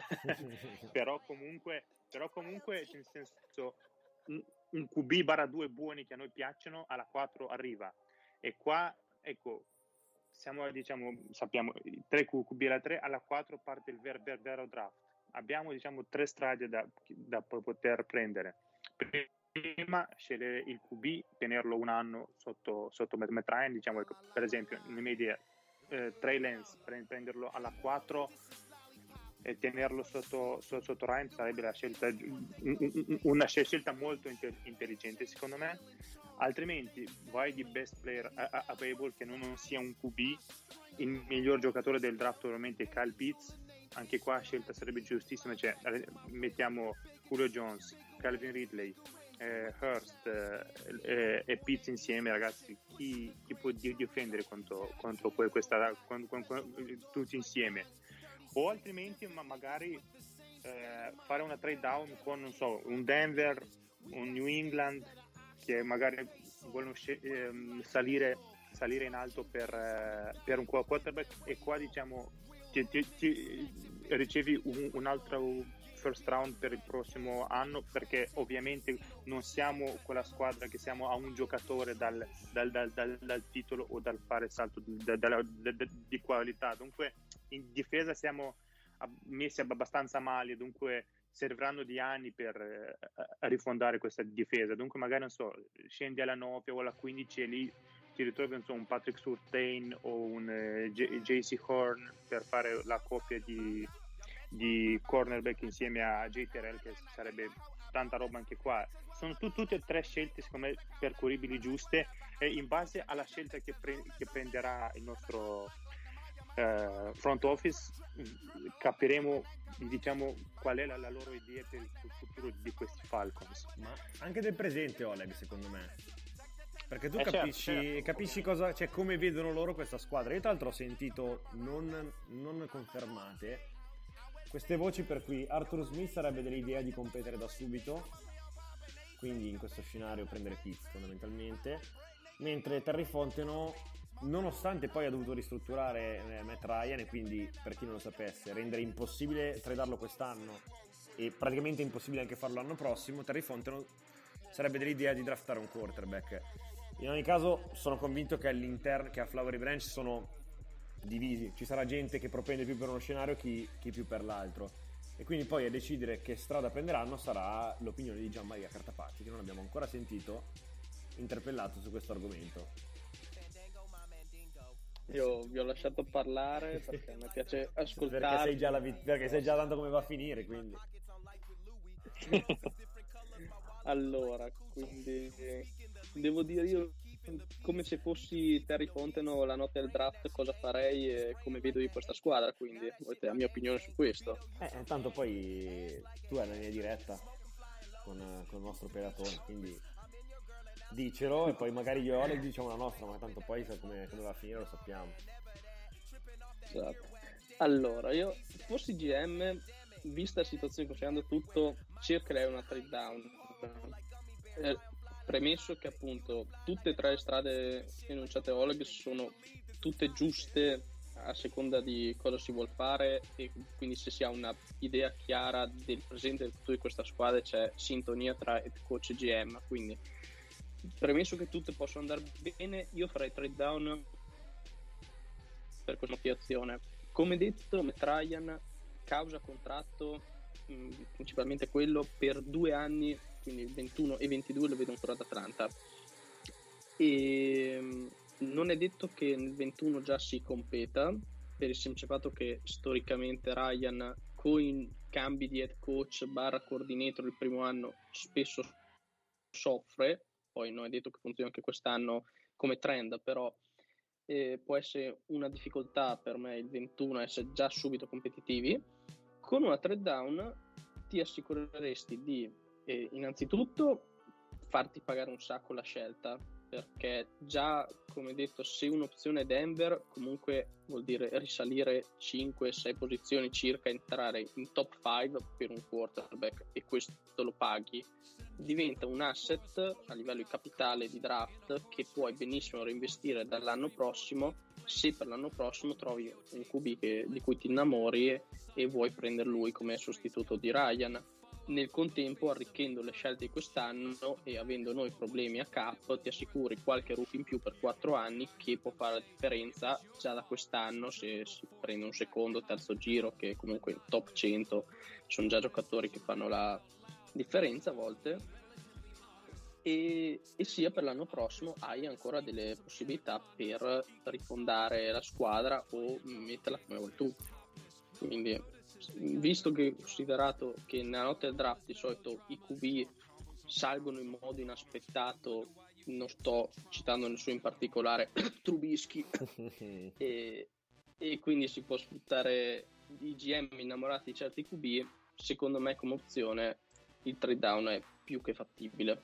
però comunque però comunque nel senso un Q B barra due buoni che a noi piacciono, alla quattro arriva, e qua ecco siamo, diciamo, sappiamo tre Q B alla tre, alla quattro parte il ver, ver, vero draft. Abbiamo diciamo tre strade da, da poter prendere. Prima scegliere il Q B, tenerlo un anno sotto, sotto Matt Ryan, diciamo, ecco, per esempio nelle medie eh, Trey Lance, prenderlo alla quattro e tenerlo sotto, sotto, sotto Ryan sarebbe la scelta, una scelta molto intelligente secondo me. Altrimenti vai di best player available, che non, non sia un Q B, il miglior giocatore del draft ovviamente è Kyle Pitts, anche qua la scelta sarebbe giustissima, cioè mettiamo Julio Jones, Calvin Ridley, eh, Hurst eh, e Pitts insieme, ragazzi, chi, chi può difendere contro, contro questa, contro, contro, tutti insieme? O altrimenti ma magari eh, fare una trade down con, non so, un Denver, un New England che magari vogliono sc- ehm, salire, salire in alto per, eh, per un quarterback, e qua diciamo ti, ti, ti ricevi un, un altro first round per il prossimo anno, perché ovviamente non siamo quella squadra che siamo a un giocatore dal, dal, dal, dal, dal titolo o dal fare salto di, di, di, di qualità, dunque in difesa siamo messi abbastanza male, dunque serviranno di anni per eh, rifondare questa difesa, dunque magari non so, scendi alla nove o alla quindici e lì ti ritrovi so, un Patrick Surtain o un eh, J C Horn per fare la coppia di, di cornerback insieme a J Terrell, che sarebbe tanta roba anche qua. Sono tu, tutte e tre scelte secondo me percorribili, giuste, e in base alla scelta che, pre- che prenderà il nostro eh, front office capiremo, diciamo, qual è la, la loro idea per il futuro di questi Falcons, ma anche del presente, Oleg, secondo me, perché tu eh capisci, certo, certo. capisci cosa, cioè come vedono loro questa squadra. Io tra l'altro ho sentito non, non confermate queste voci per cui Arthur Smith sarebbe dell'idea di competere da subito, quindi in questo scenario prendere Pitts fondamentalmente, mentre Terry Fontenot, nonostante poi ha dovuto ristrutturare eh, Matt Ryan, e quindi, per chi non lo sapesse, rendere impossibile tradarlo quest'anno e praticamente impossibile anche farlo l'anno prossimo, Terry Fontenot sarebbe dell'idea di draftare un quarterback. In ogni caso sono convinto che all'interno, che a Flowery Branch sono divisi, ci sarà gente che propende più per uno scenario, chi, chi più per l'altro, e quindi poi a decidere che strada prenderanno sarà l'opinione di Gianmaria Cartapatti, che non abbiamo ancora sentito interpellato su questo argomento. Io vi ho lasciato parlare perché a me piace ascoltare. Perché sai già, la vit- perché sai già tanto come va a finire, quindi. Allora, quindi devo dire io, come se fossi Terry Fontenot la notte del draft, cosa farei e come vedo io questa squadra, quindi volete la mia opinione su questo? Eh, tanto poi tu hai la linea diretta con, con il nostro operatore, quindi dicelo e poi magari io e Oleg diciamo la nostra, ma tanto poi come, come va a finire lo sappiamo. Esatto. Allora, io fossi G M, vista la situazione considerando tutto, cercherei una trade down, eh, premesso che appunto tutte e tre le strade enunciate a Oleg sono tutte giuste a seconda di cosa si vuol fare, e quindi se si ha una idea chiara del presente e del futuro di questa squadra c'è sintonia tra head coach e G M, quindi premesso che tutte possono andare bene, io farei trade down per questa motivazione. Come detto, Matt Ryan causa contratto, mh, principalmente quello per due anni, quindi il ventuno e ventidue lo vedo ancora ad Atlanta, e mh, non è detto che nel ventuno già si competa, per il semplice fatto che storicamente Ryan con i cambi di head coach barra coordinator il primo anno spesso soffre. Poi non è detto che funzioni anche quest'anno come trend, però eh, può essere una difficoltà per me il ventuno essere già subito competitivi. Con una trade down ti assicureresti di eh, innanzitutto farti pagare un sacco la scelta, perché già, come detto, se un'opzione è Denver, comunque vuol dire risalire cinque sei posizioni circa, entrare in top cinque per un quarterback, e questo lo paghi. Diventa un asset a livello di capitale di draft che puoi benissimo reinvestire dall'anno prossimo, se per l'anno prossimo trovi un Q B che, di cui ti innamori e, e vuoi prendere lui come sostituto di Ryan. Nel contempo, arricchendo le scelte di quest'anno e avendo noi problemi a cap, ti assicuri qualche rookie in più per quattro anni che può fare la differenza già da quest'anno, se si prende un secondo terzo giro, che comunque in top cento sono già giocatori che fanno la differenza a volte, e, e sia per l'anno prossimo hai ancora delle possibilità per rifondare la squadra o metterla come vuoi tu. Quindi, visto che considerato che nella notte del draft di solito i Q B salgono in modo inaspettato, non sto citando nessuno in particolare, Trubisky, e, e quindi si può sfruttare i G M innamorati di certi Q B, secondo me come opzione il trade down è più che fattibile.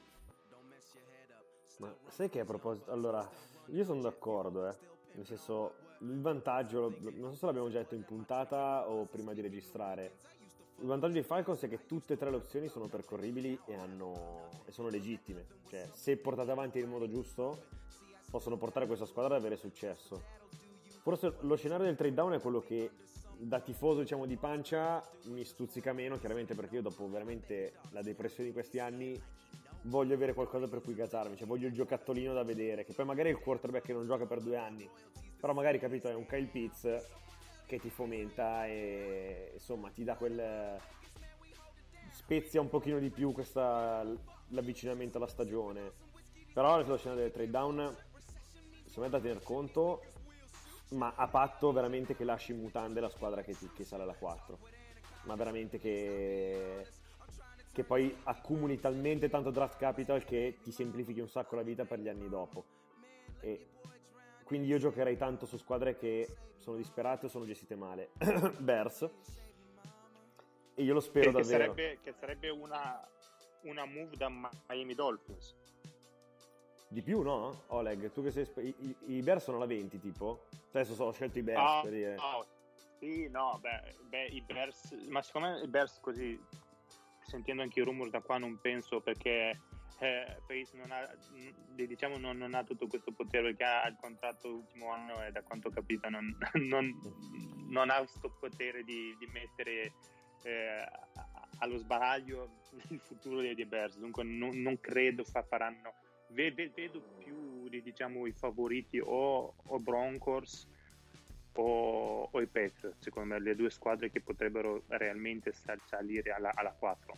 Ma sai che a proposito, allora io sono d'accordo, eh nel senso, il vantaggio, non so se l'abbiamo già detto in puntata o prima di registrare, il vantaggio dei Falcons è che tutte e tre le opzioni sono percorribili e hanno e sono legittime, cioè se portate avanti in modo giusto possono portare questa squadra ad avere successo. Forse lo scenario del trade down è quello che da tifoso, diciamo, di pancia mi stuzzica meno, chiaramente, perché io dopo veramente la depressione di questi anni voglio avere qualcosa per cui gasarmi, cioè voglio il giocattolino da vedere, che poi magari è il quarterback che non gioca per due anni, però magari, capito, è un Kyle Pitts che ti fomenta e insomma ti dà quel, spezia un pochino di più questa, l'avvicinamento alla stagione. Però la scena del trade down secondo me è da tener conto, ma a patto veramente che lasci in mutande la squadra che, ti, che sale alla quattro, ma veramente che che poi accumuli talmente tanto draft capital che ti semplifichi un sacco la vita per gli anni dopo. E quindi io giocherei tanto su squadre che sono disperate o sono gestite male. Bears. E io lo spero che, davvero. Che sarebbe, che sarebbe una, una move da Miami Dolphins. Di più, no? Oleg, tu che sei... I, i, i Bears sono alla venti, tipo? Adesso sono scelto i Bears, oh, per dire. Oh, sì, no, beh, beh, i Bears... Ma secondo me i Bears così, sentendo anche i rumor da qua, non penso, perché eh, Pace non ha, diciamo, non, non ha tutto questo potere, perché ha il contratto l'ultimo anno e da quanto ho capito non, non, non ha questo potere di, di mettere... Eh, allo sbaraglio il futuro dei Bears, dunque non, non credo fa, faranno vedo, vedo più diciamo i favoriti o, o Broncos o, o i Patriots, secondo me le due squadre che potrebbero realmente sal- salire alla, alla quattro.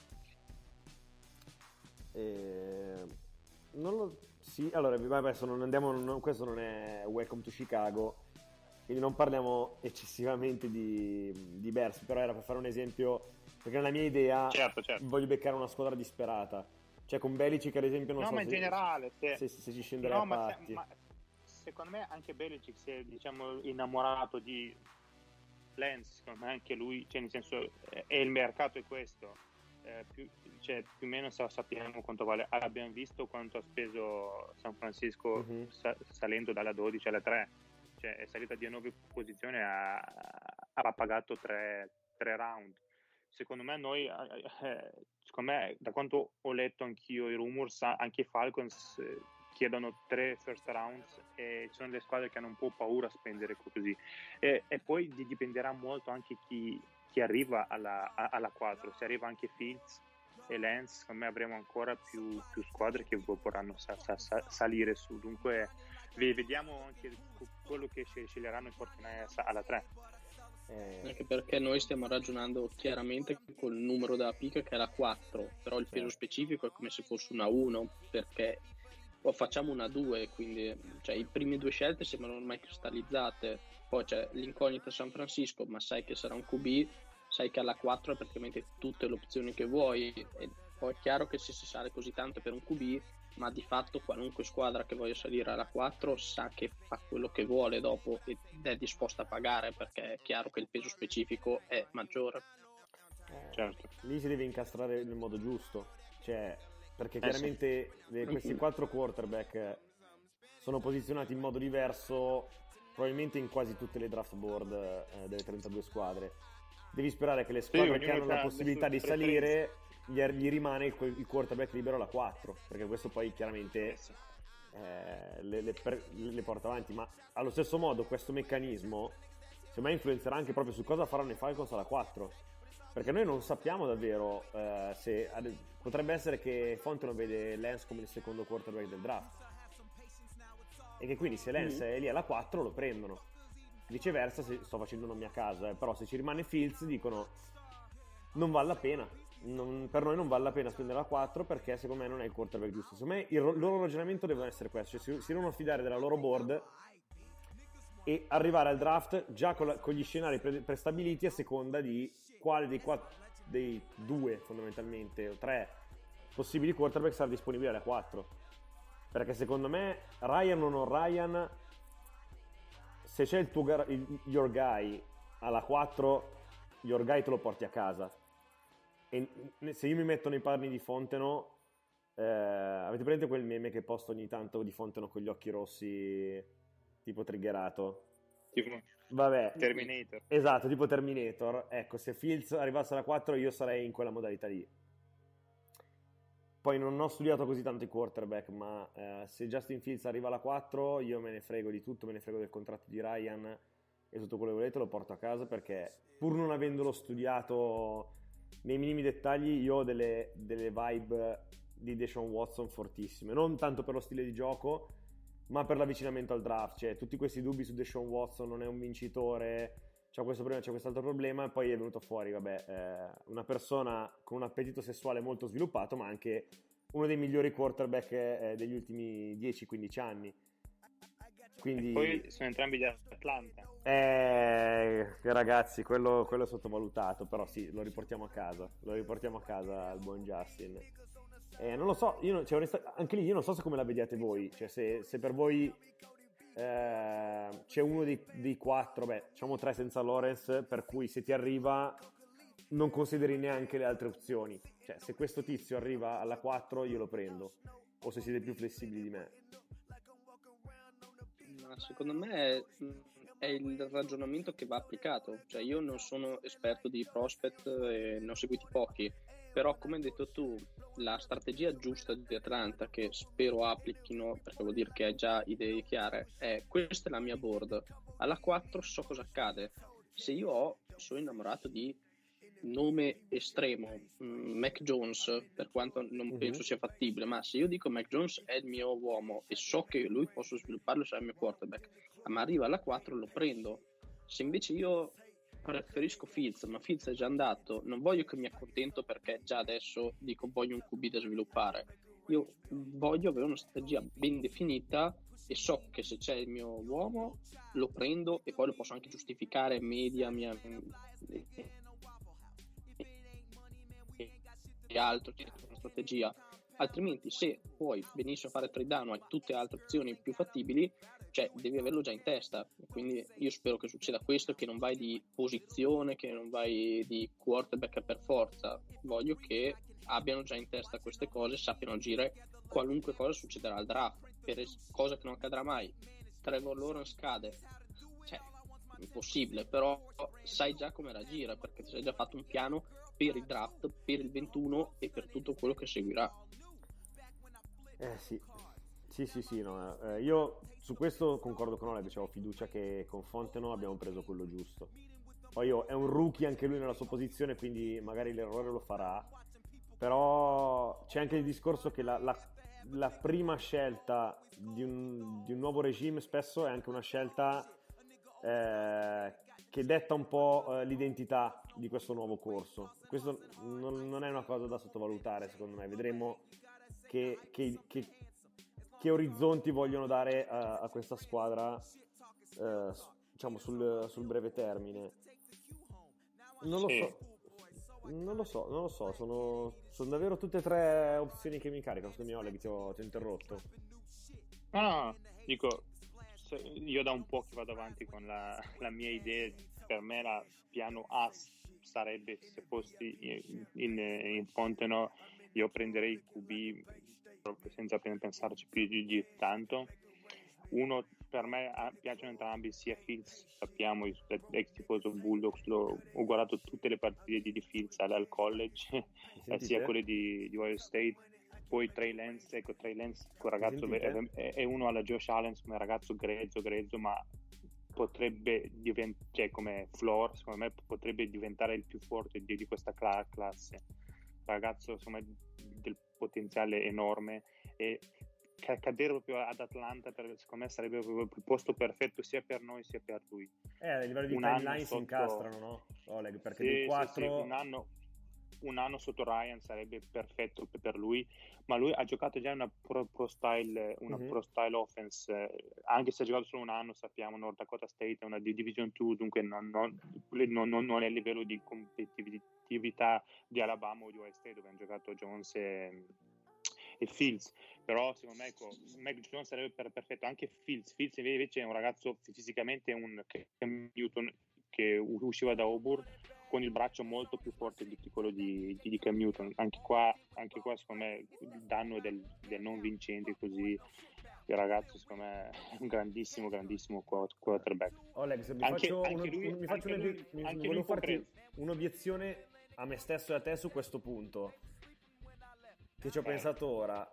Eh, non lo sì, allora adesso non andiamo non, questo non è Welcome to Chicago, quindi non parliamo eccessivamente di, di Bears, però era per fare un esempio, perché nella mia idea certo, certo. voglio beccare una squadra disperata, cioè con Belichick ad esempio non no, so ma in se, generale se, se, se ci scenderei no, a ma patti se, ma secondo me anche Belichick si è diciamo innamorato di Lance, secondo me anche lui, cioè nel senso è il mercato è questo, eh, più, cioè, più o meno sappiamo quanto vale, abbiamo visto quanto ha speso San Francisco uh-huh. sa- salendo dalla dodici alla tre, cioè è salita di nove posizioni, ha, ha pagato tre, tre round. Secondo me noi eh, secondo me, da quanto ho letto anch'io i rumors, anche i Falcons eh, chiedono tre first rounds e ci sono le squadre che hanno un po' paura a spendere così, e, e poi dipenderà molto anche chi, chi arriva alla, alla quattro, se arriva anche Fields e Lance, secondo me avremo ancora più, più squadre che vorranno sa, sa, sa, salire su, dunque vediamo anche quello che sceglieranno i Fortinari alla tre. Eh... anche perché noi stiamo ragionando chiaramente col numero della pick che è la quattro, però il peso specifico è come se fosse una uno, perché o facciamo una due, quindi cioè, i primi due scelte sembrano ormai cristallizzate, poi c'è l'incognita San Francisco, ma sai che sarà un Q B, sai che alla quattro hai praticamente tutte le opzioni che vuoi, e poi è chiaro che se si sale così tanto per un Q B, ma di fatto qualunque squadra che voglia salire alla quattro sa che fa quello che vuole dopo ed è disposta a pagare, perché è chiaro che il peso specifico è maggiore. Certo. Lì si deve incastrare nel modo giusto, cioè perché chiaramente eh sì. questi quattro quarterback sono posizionati in modo diverso probabilmente in quasi tutte le draft board eh, delle trentadue squadre. Devi sperare che le squadre sì, che hanno la possibilità di salire gli, gli rimane il, il quarterback libero alla quattro, perché questo poi chiaramente eh, le, le, le porta avanti, ma allo stesso modo questo meccanismo secondo me influenzerà anche proprio su cosa faranno i Falcons alla quattro, perché noi non sappiamo davvero eh, se potrebbe essere che Fontenot vede Lance come il secondo quarterback del draft e che quindi se Lance mm-hmm. è lì alla quattro lo prendono, viceversa, se, sto facendo nomi a caso eh, però se ci rimane Fields dicono non vale la pena, non, per noi non vale la pena spendere la quattro perché secondo me non è il quarterback giusto. Secondo me il loro ragionamento deve essere questo, cioè si, si devono fidare della loro board e arrivare al draft già con, la, con gli scenari pre, prestabiliti a seconda di quale dei, quattro, dei due fondamentalmente o tre possibili quarterback sarà disponibile alle quattro, perché secondo me Ryan o non Ryan, se c'è il tuo il, your guy alla quattro, your guy te lo porti a casa. E se io mi metto nei panni di Fontenot, eh, avete presente quel meme che posto ogni tanto di Fontenot con gli occhi rossi tipo triggerato? Tipo vabbè, Terminator. Esatto, tipo Terminator. Ecco, se Fields arrivasse alla quattro io sarei in quella modalità lì. Poi non ho studiato così tanto i quarterback, ma eh, se Justin Fields arriva alla quattro io me ne frego di tutto, me ne frego del contratto di Ryan e tutto quello che volete lo porto a casa, perché pur non avendolo studiato nei minimi dettagli io ho delle, delle vibe di Deshaun Watson fortissime, non tanto per lo stile di gioco ma per l'avvicinamento al draft, cioè tutti questi dubbi su Deshaun Watson, non è un vincitore, c'è questo problema, c'è quest'altro problema, e poi è venuto fuori, vabbè, eh, una persona con un appetito sessuale molto sviluppato, ma anche uno dei migliori quarterback eh, degli ultimi dieci quindici anni. Quindi e poi sono entrambi di Atlanta. Eh, ragazzi, quello, quello è sottovalutato, però sì, lo riportiamo a casa, lo riportiamo a casa al buon Justin. Eh, non lo so, io, cioè, onesta, anche lì io non so se come la vediate voi, cioè se, se per voi eh, c'è uno dei, dei quattro, beh, diciamo tre senza Lawrence, per cui se ti arriva non consideri neanche le altre opzioni. Cioè, se questo tizio arriva alla quattro io lo prendo, o se siete più flessibili di me. Ma secondo me è, è il ragionamento che va applicato. Cioè, io non sono esperto di prospect e ne ho seguiti pochi, però come hai detto tu, la strategia giusta di Atlanta, che spero applichino perché vuol dire che hai già idee chiare, è: questa è la mia board, alla quattro so cosa accade. Se io ho, sono innamorato di nome estremo, um, Mac Jones, per quanto non uh-huh. penso sia fattibile, ma se io dico Mac Jones è il mio uomo e so che lui posso svilupparlo, sarà il mio quarterback, ma arriva alla quattro lo prendo. Se invece io preferisco Fields, ma Fields è già andato, non voglio che mi accontento perché già adesso dico voglio un Q B da sviluppare. Io voglio avere una strategia ben definita e so che se c'è il mio uomo lo prendo e poi lo posso anche giustificare media mia e altro, una strategia. Altrimenti, se puoi benissimo fare trade down o hai tutte le altre opzioni più fattibili, cioè devi averlo già in testa. Quindi io spero che succeda questo, che non vai di posizione, che non vai di quarterback per forza. Voglio che abbiano già in testa queste cose, sappiano agire qualunque cosa succederà al draft, per cosa che non accadrà mai. Trevor Lawrence scade, cioè impossibile, però sai già come reagire perché ti sei già fatto un piano per il draft, per il ventuno e per tutto quello che seguirà. Eh sì, sì sì sì, no. eh, io su questo concordo con Oleg, avevo fiducia che con Fontenot abbiamo preso quello giusto. Poi io, è un rookie anche lui nella sua posizione, quindi magari l'errore lo farà, però c'è anche il discorso che la, la, la prima scelta di un, di un nuovo regime spesso è anche una scelta eh, che detta un po' eh, l'identità di questo nuovo corso. Questo non, non è una cosa da sottovalutare, secondo me. Vedremo che, che, che, che orizzonti vogliono dare a, a questa squadra eh, diciamo sul, sul breve termine. Non lo so, non lo so, non lo so, sono, sono davvero tutte e tre opzioni che mi caricano. Scusami Oleg, ti ho, ti ho interrotto. No, no, dico, io da un po' che vado avanti con la, la mia idea. Per me la piano A sarebbe, se fossi in, in, in Fontenot, io prenderei il Q B proprio senza pensarci più di, di tanto. Uno, per me piacciono entrambi, sia Fields, sappiamo, ex tifoso Bulldogs, l'ho, ho guardato tutte le partite di, di Fields al college, sia quelle di, di Ohio State. Poi Trey Lance, ecco, Trey Lance, quel ragazzo è, è uno alla Josh Allen, come ragazzo grezzo, grezzo, ma potrebbe diventare, cioè come floor, secondo me potrebbe diventare il più forte di, di questa cla- classe. Ragazzo, insomma, del potenziale enorme, e cadere proprio ad Atlanta per, secondo me sarebbe proprio il posto perfetto sia per noi sia per lui. Eh, a livello di un timeline si sotto... incastrano, no? Oleg, perché sì, dei quattro... sì, sì, un anno un anno sotto Ryan sarebbe perfetto per lui, ma lui ha giocato già una pro, pro style una uh-huh. pro style offense, eh, anche se ha giocato solo un anno, sappiamo North Dakota State è una di Division due, dunque non, non, non, non è il livello di competitività di Alabama o di Ohio State dove hanno giocato Jones e, e Fields. Però secondo me, ecco, Mac Jones sarebbe per, perfetto, anche Fields Fields invece è un ragazzo fisicamente un Cam Newton che usciva da Auburn con il braccio molto più forte di quello di, di, di Cam Newton. Anche qua, anche qua secondo me il danno del, del non vincente, così il ragazzo secondo me è un grandissimo grandissimo quarterback. Oleg, se mi anche, faccio, anche uno, lui, mi faccio anche un'obie- lui, mi, anche volevo lui farti un'obiezione a me stesso e a te su questo punto che ci ho eh. pensato ora.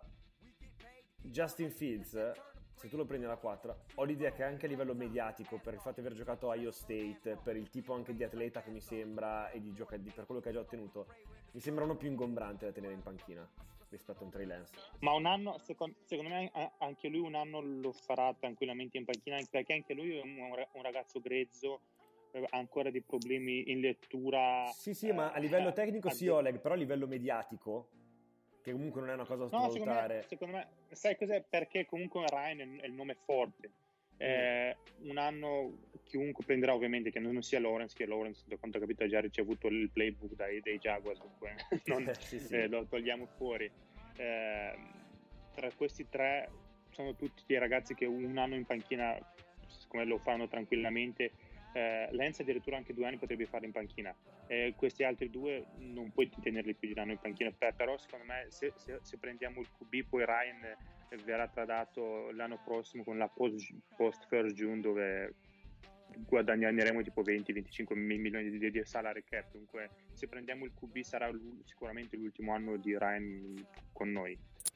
Justin Fields, se tu lo prendi alla quattro, ho l'idea che anche a livello mediatico, per il fatto di aver giocato a Iowa State, per il tipo anche di atleta che mi sembra e di gioca- di, per quello che ha già ottenuto, mi sembra uno più ingombrante da tenere in panchina rispetto a un Trey Lance. Ma un anno, secondo, secondo me anche lui un anno lo farà tranquillamente in panchina, perché anche lui è un, un ragazzo grezzo, ha ancora dei problemi in lettura. Sì sì, eh, ma a livello tecnico eh, sì Oleg, però a livello mediatico, che comunque non è una cosa da no, sottovalutare. Secondo me, secondo me, sai cos'è? Perché comunque Ryan è il nome forte. Eh, un anno chiunque prenderà, ovviamente, che non sia Lawrence, che Lawrence, da quanto ho capito, ha già ricevuto il playbook dai, dai Jaguars, non, sì, sì. Eh, lo togliamo fuori. Eh, tra questi tre, sono tutti dei ragazzi che un anno in panchina, come lo fanno tranquillamente. eh, Lenz addirittura anche due anni potrebbe fare in panchina, eh, questi altri due non puoi tenerli più di un anno in panchina. Per, però secondo me se, se, se prendiamo il Q B, poi Ryan eh, verrà tradato l'anno prossimo con la post, post first June, dove guadagneremo tipo venti venticinque milioni di, di salary cap. Dunque se prendiamo il Q B sarà sicuramente l'ultimo anno di Ryan con noi.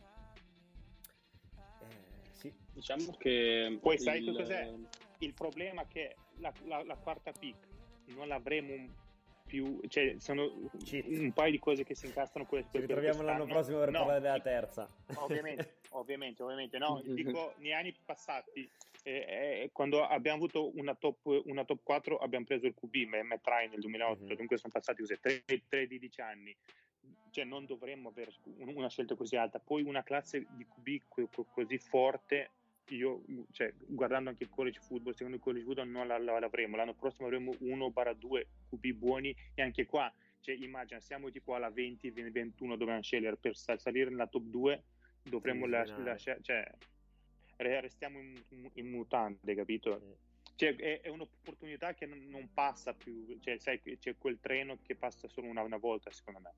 Eh, sì. Diciamo che Poi sai il... che cos'è? Il problema è che la, la, la quarta pick non l'avremo più, cioè sono Cheat. un paio di cose che si incastrano. Que- Ci ritroviamo l'anno prossimo per no, parlare della terza. Ovviamente, ovviamente, ovviamente no. Dico, negli anni passati, eh, eh, quando abbiamo avuto una top, una top quattro, abbiamo preso il Q B, Matt Ryan nel duemilaotto, mm-hmm. Dunque sono passati così tredici anni. Cioè non dovremmo avere una scelta così alta. Poi una classe di Q B co- co- così forte, io, cioè, guardando anche il college football, secondo il college football non la, la, l'avremo. L'anno prossimo avremo uno due Q B buoni, e anche qua, cioè, immagina, siamo tipo alla venti ventuno, dobbiamo scegliere per salire nella top due, dovremmo lasciare, cioè restiamo in, in mutande, capito? Mm. Cioè, è, è un'opportunità che non, non passa più, cioè, sai, c'è quel treno che passa solo una, una volta, secondo me.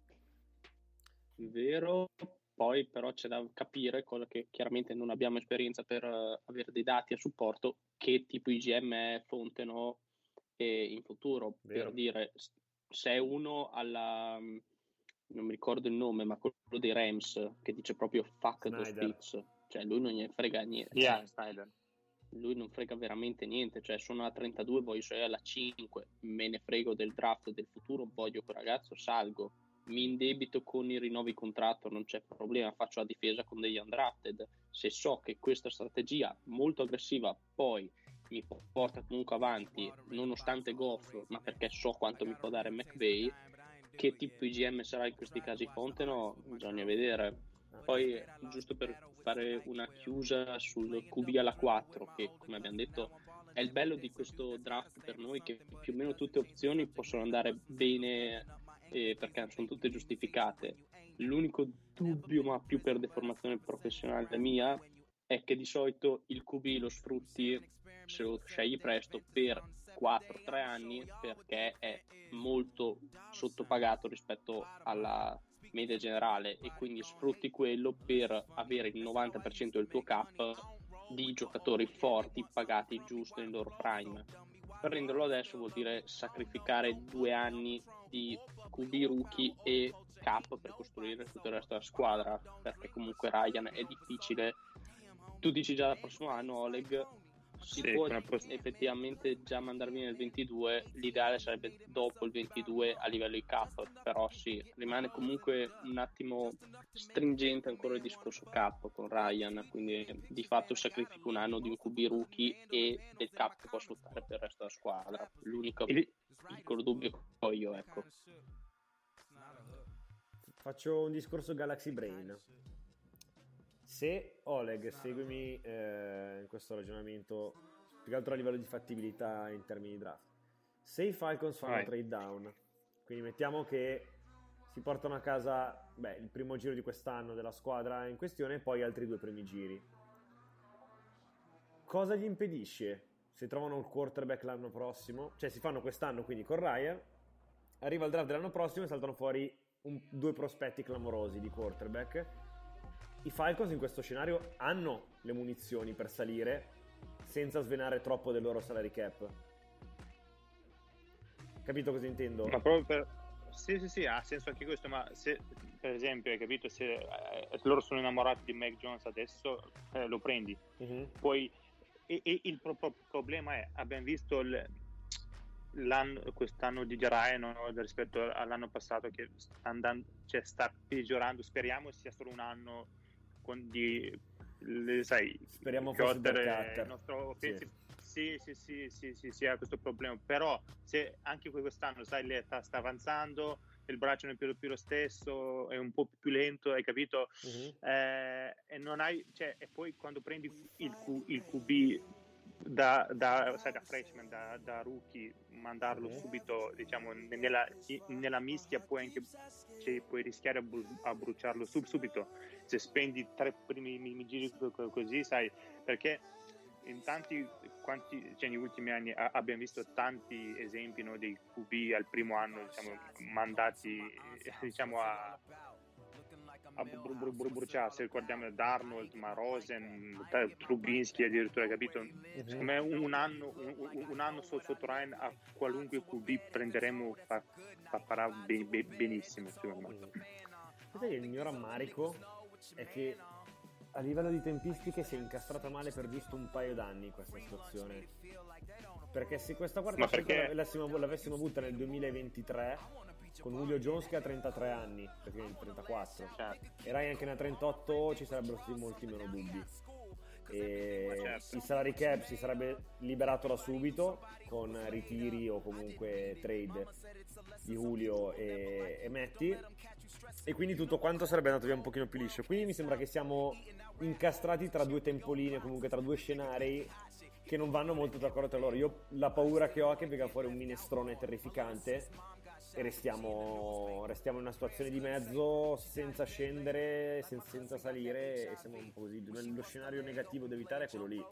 Vero. Poi però c'è da capire, cosa che chiaramente non abbiamo esperienza per uh, avere dei dati a supporto, che tipo I G M è Fonteno e in futuro. Vero. Per dire, se è uno alla, non mi ricordo il nome, ma quello dei Rams, che dice proprio fuck the Spitz, cioè lui non gli frega niente. Yeah, Snyder. Lui non frega veramente niente, cioè sono alla trentadue, voglio essere alla cinque, me ne frego del draft del futuro, voglio quel ragazzo, salgo. Mi indebito con i rinnovi contratto, non c'è problema, faccio la difesa con degli undrafted. Se so che questa strategia molto aggressiva poi mi porta comunque avanti, nonostante Goff, ma perché so quanto mi può dare McVay, che tipo I G M sarà in questi casi Fonteno, bisogna vedere. Poi, giusto per fare una chiusa sul Q B alla quattro, che come abbiamo detto è il bello di questo draft per noi, che più o meno tutte le opzioni possono andare bene, eh, perché sono tutte giustificate. L'unico dubbio, ma più per deformazione professionale mia, è che di solito il Q B lo sfrutti, se lo scegli presto, per quattro tre anni, perché è molto sottopagato rispetto alla media generale, e quindi sfrutti quello per avere il novanta per cento del tuo cap di giocatori forti pagati giusto nel loro prime. Prenderlo adesso vuol dire sacrificare due anni di Q B rookie e cap per costruire tutto il resto della squadra, perché comunque Ryan è difficile. Tu dici già dal prossimo anno Oleg si sì, può poss- effettivamente già mandarmi nel ventidue, l'ideale sarebbe dopo il ventidue a livello di cap, però sì, rimane comunque un attimo stringente ancora il discorso cap con Ryan, quindi di fatto sacrifico un anno di un Q B rookie e del cap che può sfruttare per il resto della squadra. L'unico piccolo dubbio che ho io, ecco. Faccio un discorso Galaxy Brain. Se Oleg, seguimi eh, in questo ragionamento, più che altro a livello di fattibilità in termini di draft, se i Falcons fanno right. trade down, quindi mettiamo che si portano a casa beh, il primo giro di quest'anno della squadra in questione e poi altri due primi giri, cosa gli impedisce, se trovano il quarterback l'anno prossimo, cioè si fanno quest'anno quindi con Ryan, arriva il draft dell'anno prossimo e saltano fuori un, due prospetti clamorosi di quarterback. I Falcons in questo scenario hanno le munizioni per salire senza svenare troppo del loro salary cap. Capito cosa intendo? Ma proprio per... Sì, sì, sì, ha senso anche questo, ma se, per esempio, hai capito, se eh, loro sono innamorati di Mac Jones adesso, eh, lo prendi. Uh-huh. Poi, e, e il pro- pro- problema è, abbiamo visto il, l'anno, quest'anno di Ryan, no, rispetto all'anno passato, che sta andando, cioè sta peggiorando, speriamo sia solo un anno con di le, sai, speriamo fosse il nostro offensive sì sì sì sì sì sì ha questo problema, però se anche quest'anno sai l'età sta avanzando, il braccio non è più, più lo stesso, è un po' più lento, hai capito? Uh-huh. Eh, e non hai, cioè, e poi quando prendi il, Q, il Q B da, da, sai, da freshman, da, da rookie, mandarlo mm-hmm. subito, diciamo, nella, nella mischia, puoi anche cioè, puoi rischiare a, bru- a bruciarlo sub- subito se spendi tre primi, primi giri così, sai, perché in tanti quanti, cioè negli ultimi anni a, abbiamo visto tanti esempi, no, dei Q B al primo anno, diciamo, mandati diciamo a a bru- bru- bru- bruciarsi. Ricordiamo Darnold, ma Rosen, Trubisky addirittura, capito? Mm-hmm. Secondo me un anno un, un anno sotto Ryan a qualunque Q B prenderemo fa, fa, farà ben, ben, benissimo, secondo me. Vedete, il mio rammarico è che a livello di tempistiche si è incastrata male per giusto un paio d'anni questa situazione, perché se questa quarta perché... l'avessimo, l'avessimo avuta nel duemilaventitré con Julio Jones che ha trentatré anni, praticamente trentaquattro, certo. E Ryan che ne ha trentotto, ci sarebbero stati molti meno dubbi, e certo. Il salary cap si sarebbe liberato da subito con ritiri o comunque trade di Julio e, e Matty, e quindi tutto quanto sarebbe andato via un pochino più liscio. Quindi mi sembra che siamo incastrati tra due tempoline, comunque tra due scenari che non vanno molto d'accordo tra loro. Io la paura che ho è che venga fuori un minestrone terrificante e restiamo, restiamo in una situazione di mezzo, senza scendere, sen- senza salire, e siamo un po' così. Lo scenario negativo da evitare è quello lì,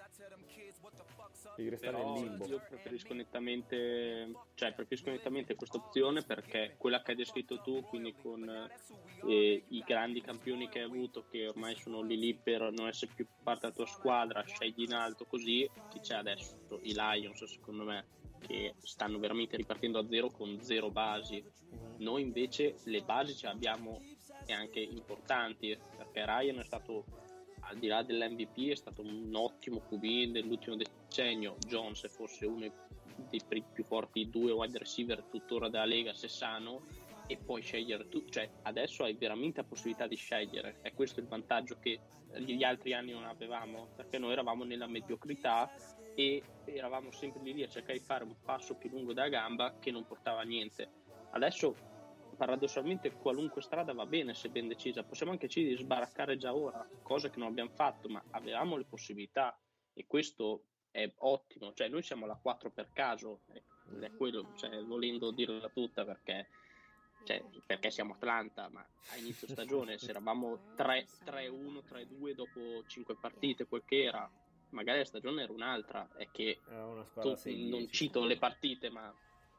devi restare Però nel limbo. Io preferisco nettamente, cioè preferisco nettamente questa opzione, perché quella che hai descritto tu, quindi con eh, i grandi campioni che hai avuto, che ormai sono lì lì per non essere più parte della tua squadra, scegli in alto così, chi c'è adesso? I Lions, secondo me, che stanno veramente ripartendo a zero con zero basi. Noi invece le basi ce le abbiamo, e anche importanti, perché Ryan è stato, al di là dell'M V P, è stato un ottimo Q B dell'ultimo decennio. Jones è forse uno dei più forti due wide receiver tuttora della Lega, se sano, e puoi scegliere tu, cioè adesso hai veramente la possibilità di scegliere. È questo il vantaggio che gli altri anni non avevamo, perché noi eravamo nella mediocrità e eravamo sempre lì, lì a cercare di fare un passo più lungo della gamba che non portava a niente. Adesso paradossalmente qualunque strada va bene se ben decisa, possiamo anche decidere di sbaraccare già ora, cosa che non abbiamo fatto, ma avevamo le possibilità, e questo è ottimo. Cioè noi siamo alla quattro per caso, è quello, cioè, volendo dirla tutta, perché cioè, perché siamo Atlanta, ma a inizio stagione se eravamo tre uno, tre due dopo cinque partite, quel che era, magari la stagione era un'altra. È che era una tu, non cito le partite, ma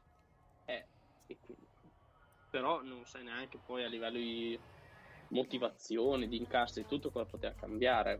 è e quindi, però non sai neanche poi a livello di motivazione, di incassi e tutto cosa poteva cambiare.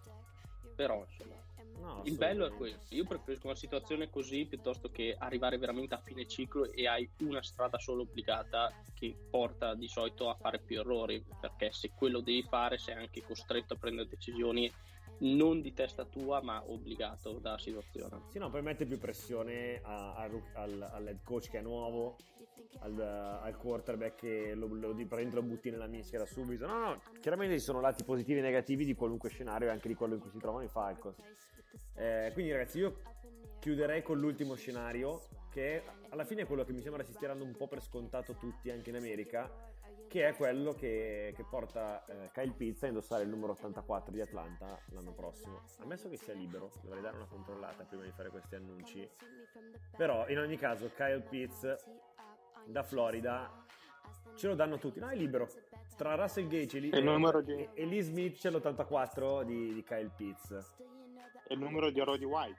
Però insomma, no, il bello è questo. Io preferisco una situazione così piuttosto che arrivare veramente a fine ciclo e hai una strada solo obbligata, che porta di solito a fare più errori, perché se quello devi fare sei anche costretto a prendere decisioni non di testa tua, ma obbligato dalla situazione. Sì, no, poi mette più pressione a, a, al, all'head coach che è nuovo, al, al quarterback che lo, lo, lo butti nella mischia da subito. No, no, chiaramente ci sono lati positivi e negativi di qualunque scenario, e anche di quello in cui si trovano i Falcons. Eh, quindi ragazzi, io chiuderei con l'ultimo scenario, che alla fine è quello che mi sembra si stia dando un po' per scontato tutti anche in America, che è quello che, che porta eh, Kyle Pitts a indossare il numero ottantaquattro di Atlanta l'anno prossimo. Ammesso che sia libero, dovrei dare una controllata prima di fare questi annunci, però in ogni caso Kyle Pitts da Florida ce lo danno tutti. No, è libero tra Russell Gage e, e, e, e Lee Smith. C'è l'ottantaquattro di, di Kyle Pitts. E il numero di Roddy White.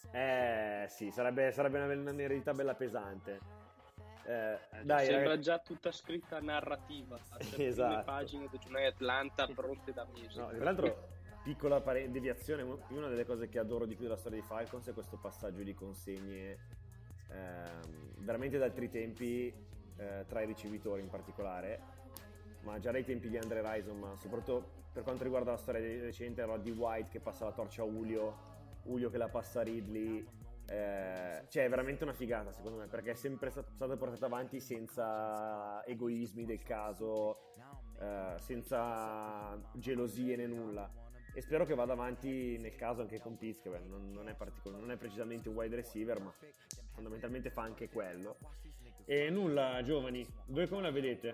Eh sì, sarebbe, sarebbe una, un'eredità bella pesante. Eh, dai, sembra ragazzi, già tutta scritta narrativa, esatto. Le pagine del giornale Atlanta pronte da mesi. No, tra l'altro, piccola pare- deviazione, una delle cose che adoro di più della storia dei Falcons è questo passaggio di consegne ehm, veramente da altri tempi, eh, tra i ricevitori in particolare, ma già dai tempi di Andre Rison, ma soprattutto per quanto riguarda la storia recente, Roddy White che passa la torcia a Julio, Julio che la passa a Ridley. Eh, cioè è veramente una figata secondo me, perché è sempre stata portata avanti senza egoismi del caso, eh, senza gelosie né nulla, e spero che vada avanti nel caso anche con Pitts, che beh, non, non, è particol- non è precisamente un wide receiver, ma fondamentalmente fa anche quello. E nulla, giovani, voi come la vedete?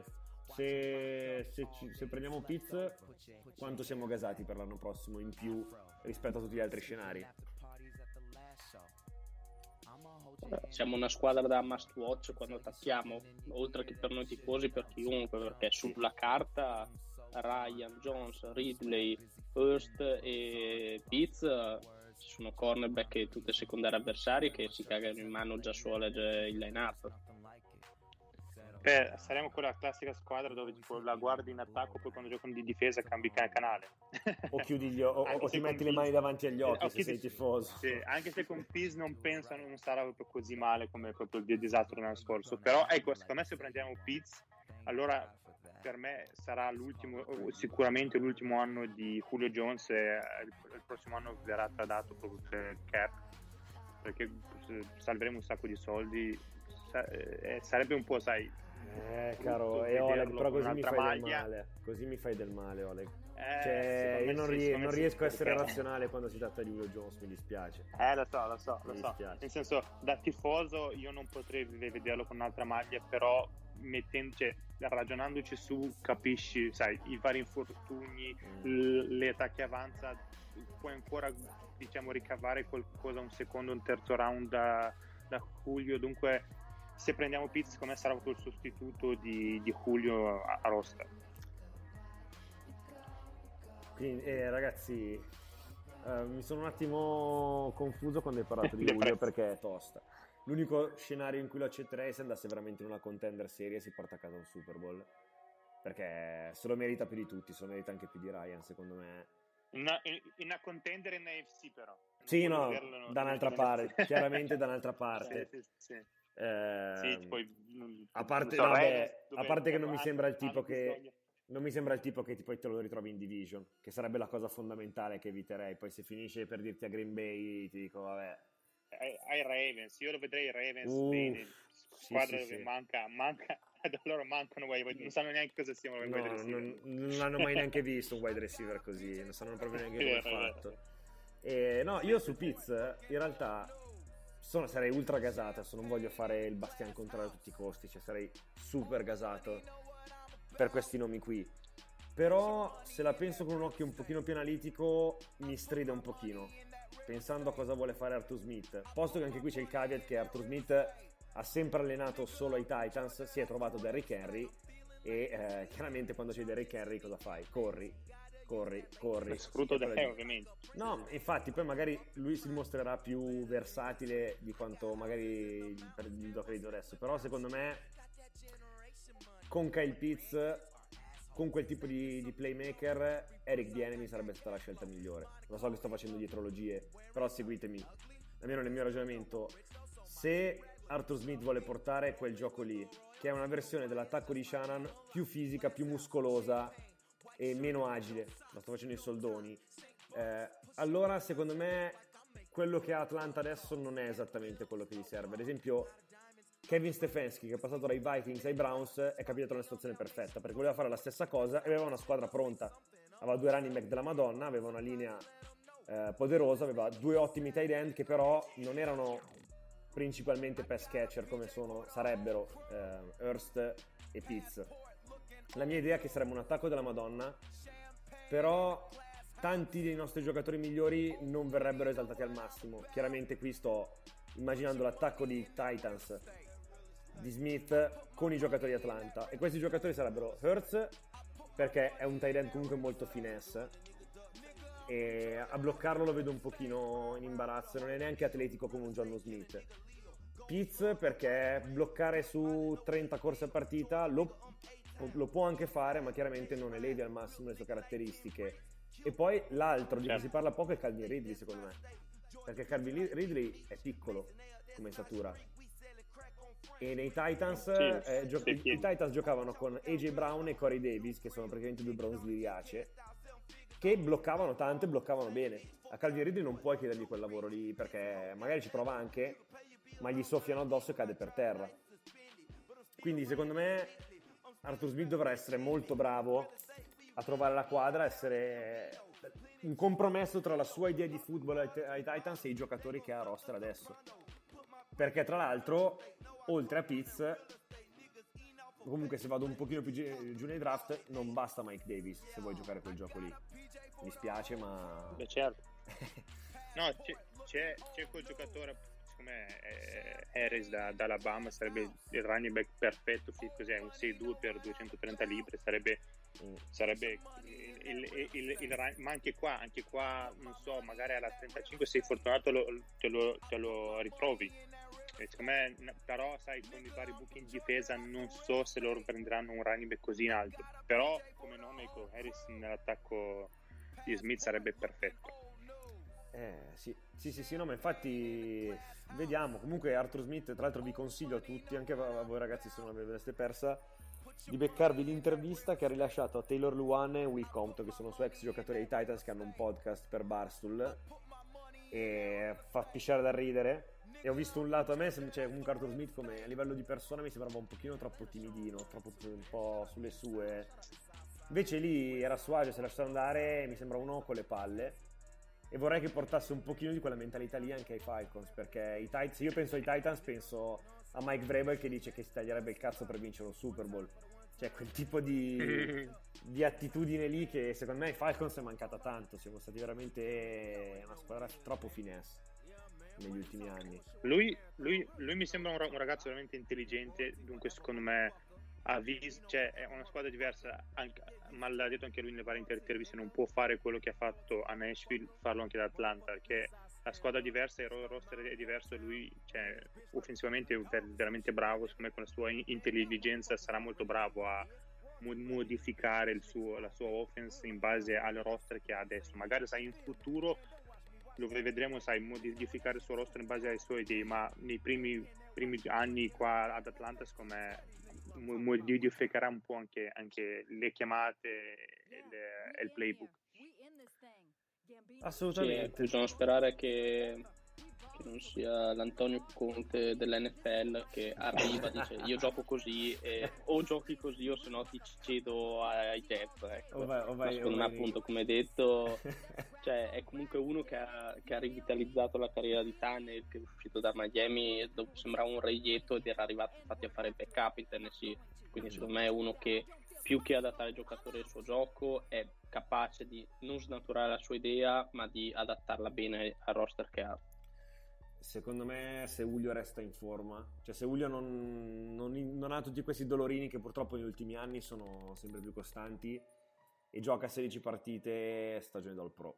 Se, se, ci, se prendiamo Pitts, quanto siamo gasati per l'anno prossimo in più rispetto a tutti gli altri scenari? Siamo una squadra da must watch quando attacchiamo, oltre che per noi tifosi, per chiunque, perché sulla carta Ryan, Jones, Ridley, Hurst e Pitts ci sono cornerback e tutte secondarie avversarie che si cagano in mano già su a leggere il line-up. Beh, saremo quella classica squadra dove tipo la guardi in attacco, poi quando giocano di difesa cambi canale. O chiudi gli o, o ti metti le mani davanti agli occhi, eh, se sei tifoso. Sì, anche se con Peace non pensano, non sarà proprio così male come proprio il disastro l'anno scorso. Però ecco, secondo me se prendiamo Pitts, allora per me sarà l'ultimo, sicuramente l'ultimo anno di Julio Jones, e il prossimo anno verrà tradato proprio per il cap, perché salveremo un sacco di soldi. Sarebbe un po', sai, eh caro, e Oleg, però così mi fai maglia. del male così mi fai del male Oleg, eh, cioè io non, sì, ries- non riesco a essere perché... razionale quando si tratta di Julio Jones, mi dispiace. Eh lo so, lo so, mi lo so. Dispiace. Nel senso, da tifoso io non potrei vederlo con un'altra maglia, però mettendo, cioè, ragionandoci su, capisci, sai, i vari infortuni, mm. l- l'età che avanza, puoi ancora, diciamo, ricavare qualcosa un secondo, un terzo round da, da Julio, dunque se prendiamo Pitts, come sarà il sostituto di, di Julio a, a roster. Quindi, eh, ragazzi, eh, mi sono un attimo confuso quando hai parlato di Julio perché è tosta. L'unico scenario in cui lo accetterei è se andasse veramente in una contender serie e si porta a casa un Super Bowl, perché se lo merita più di tutti, se lo merita anche più di Ryan, secondo me. In una, in una contender in A F C però. Sì, no, vederlo, da un'altra parte, chiaramente da un'altra parte. Sì, sì, sì. Eh, sì, poi, a parte, so, no, beh, a parte che non mi sembra il tipo anche che storia. non mi sembra il tipo che poi te lo ritrovi in division, che sarebbe la cosa fondamentale che eviterei. Poi se finisce per dirti a Green Bay ti dico vabbè, ai, ai Ravens, io lo vedrei ai Ravens, uh, bene, squadra sì, sì, dove sì. manca manca loro mancano wide, non sanno neanche cosa siano no, wide receiver. Non, non hanno mai neanche visto un wide receiver così, non sanno proprio neanche come è fatto. E, no, io su Pitts in realtà sono, sarei ultra gasato, adesso non voglio fare il bastian contrario a tutti i costi, cioè sarei super gasato per questi nomi qui, però se la penso con un occhio un pochino più analitico mi stride un pochino pensando a cosa vuole fare Arthur Smith, posto che anche qui c'è il caveat che Arthur Smith ha sempre allenato solo ai Titans, si è trovato Derrick Henry e eh, chiaramente quando c'è Derrick Henry cosa fai? Corri, corri, corri. Sfrutto da te, ovviamente. No, infatti poi magari lui si dimostrerà più versatile di quanto magari per il do credo adesso, però secondo me con Kyle Pitts, con quel tipo di, di playmaker, Eric Bieniemy sarebbe stata la scelta migliore. Lo so che sto facendo dietrologie, però seguitemi, almeno nel mio ragionamento. Se Arthur Smith vuole portare quel gioco lì, che è una versione dell'attacco di Shanahan più fisica, più muscolosa e meno agile, lo sto facendo in soldoni, eh, allora secondo me quello che ha Atlanta adesso non è esattamente quello che gli serve. Ad esempio Kevin Stefanski, che è passato dai Vikings ai Browns, è capitato nella situazione perfetta perché voleva fare la stessa cosa e aveva una squadra pronta, aveva due running back della Madonna, aveva una linea eh, poderosa, aveva due ottimi tight end che però non erano principalmente pass catcher come sono, sarebbero eh, Hurst e Pitts. La mia idea è che sarebbe un attacco della Madonna, però tanti dei nostri giocatori migliori non verrebbero esaltati al massimo. Chiaramente qui sto immaginando l'attacco di Titans di Smith con i giocatori di Atlanta, e questi giocatori sarebbero Hurts perché è un tight end comunque molto finesse e a bloccarlo lo vedo un pochino in imbarazzo, non è neanche atletico come un Jonnu Smith. Pitts perché bloccare su trenta corse a partita lo, lo può anche fare, ma chiaramente non elevi al massimo le sue caratteristiche. E poi l'altro di cui si parla poco è Calvin Ridley, secondo me, perché Calvin Ridley è piccolo come statura e nei Titans sì, eh, gio- sì, i, i Titans giocavano con A J Brown e Corey Davis, che sono praticamente due bronziliacee, che bloccavano tanto e bloccavano bene. A Calvin Ridley non puoi chiedergli quel lavoro lì perché magari ci prova anche, ma gli soffiano addosso e cade per terra. Quindi secondo me Arthur Smith dovrà essere molto bravo a trovare la quadra, essere un compromesso tra la sua idea di football ai, ai Titans e i giocatori che ha a roster adesso, perché tra l'altro oltre a Pitts, comunque se vado un pochino più giù nei draft, non basta Mike Davis se vuoi giocare quel gioco lì. Mi spiace, ma beh certo. No, c- c'è, c'è quel giocatore, secondo me eh, Harris da, da Alabama sarebbe il running back perfetto, cos'è, un sei due per duecentotrenta libbre, sarebbe, mm. sarebbe il, il, il, il, ma anche qua, anche qua non so, magari alla trentacinque sei fortunato lo, te, lo, te lo ritrovi. E secondo me, però sai, con i vari buchi in difesa non so se loro prenderanno un running back così in alto, però come nome ecco, Harris nell'attacco di Smith sarebbe perfetto. Eh, sì, sì, sì, sì, no, ma infatti vediamo. Comunque Arthur Smith, tra l'altro vi consiglio a tutti, anche a voi ragazzi se non l'avete persa, di beccarvi l'intervista che ha rilasciato a Taylor Lewan e Will Compton, che sono suoi ex giocatori dei Titans, che hanno un podcast per Barstool, e fa pisciare da ridere. E ho visto un lato, a me cioè, comunque Arthur Smith come a livello di persona mi sembrava un pochino troppo timidino, troppo un po' sulle sue. Invece lì era suo agio, si lasciava andare, e mi sembra uno con le palle. E vorrei che portasse un pochino di quella mentalità lì anche ai Falcons, perché i Titans, io penso ai Titans, penso a Mike Vrabel che dice che si taglierebbe il cazzo per vincere un Super Bowl. Cioè quel tipo di, di attitudine lì che secondo me ai Falcons è mancata tanto. Siamo stati veramente una squadra troppo finesse negli ultimi anni. Lui, lui, lui mi sembra un ragazzo veramente intelligente, dunque secondo me ha visto, cioè è una squadra diversa, anche, ma l'ha detto anche lui nelle varie interviste, non può fare quello che ha fatto a Nashville, farlo anche ad Atlanta, perché la squadra è diversa, il roster è diverso, lui cioè, offensivamente è veramente bravo, secondo me con la sua intelligenza sarà molto bravo a modificare il suo, la sua offense in base al roster che ha adesso. Magari sai in futuro lo vedremo, sai, modificare il suo roster in base alle sue idee, ma nei primi, primi anni qua ad Atlanta secondo me modificherà un po' anche, anche le chiamate e, le, e il playbook. Assolutamente. Sì, bisogna sperare che, che non sia l'Antonio Conte dell'N F L che arriva e dice io gioco così e o giochi così o se no ti cedo ai Jets, ecco. oh vai, oh vai, ma secondo oh me vai. appunto come detto cioè, è comunque uno che ha, che ha rivitalizzato la carriera di Tannehill, che è uscito da Miami dove sembrava un reietto ed era arrivato infatti a fare il backup in Tennessee, quindi secondo me è uno che più che adattare il giocatore al suo gioco è capace di non snaturare la sua idea ma di adattarla bene al roster che ha. Secondo me se Julio resta in forma, cioè se Julio non, non, non ha tutti questi dolorini che purtroppo negli ultimi anni sono sempre più costanti e gioca sedici partite stagione dal pro,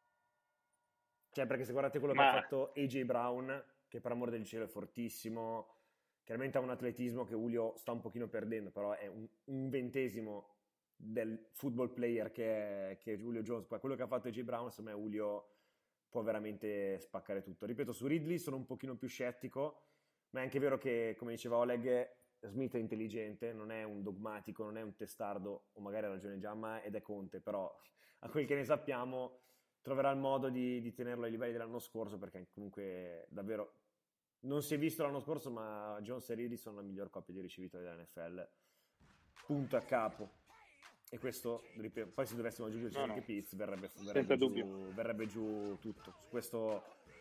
cioè perché se guardate quello ma... che ha fatto A J Brown, che per amor del cielo è fortissimo, chiaramente ha un atletismo che Julio sta un pochino perdendo, però è un, un ventesimo del football player che è, che è Julio Jones. Poi quello che ha fatto A J Brown, secondo me Julio può veramente spaccare tutto. Ripeto, su Ridley sono un pochino più scettico, ma è anche vero che, come diceva Oleg, Smith è intelligente, non è un dogmatico, non è un testardo, o magari ha ragione Giamma ed è Conte, però a quel che ne sappiamo troverà il modo di, di tenerlo ai livelli dell'anno scorso, perché comunque davvero non si è visto l'anno scorso, ma Jones e Ridley sono la miglior coppia di ricevitori dell'N F L, punto a capo. E questo, ripeto, poi se dovessimo aggiungerci no, anche no. Pitts verrebbe, verrebbe, giù, verrebbe giù tutto. Su questo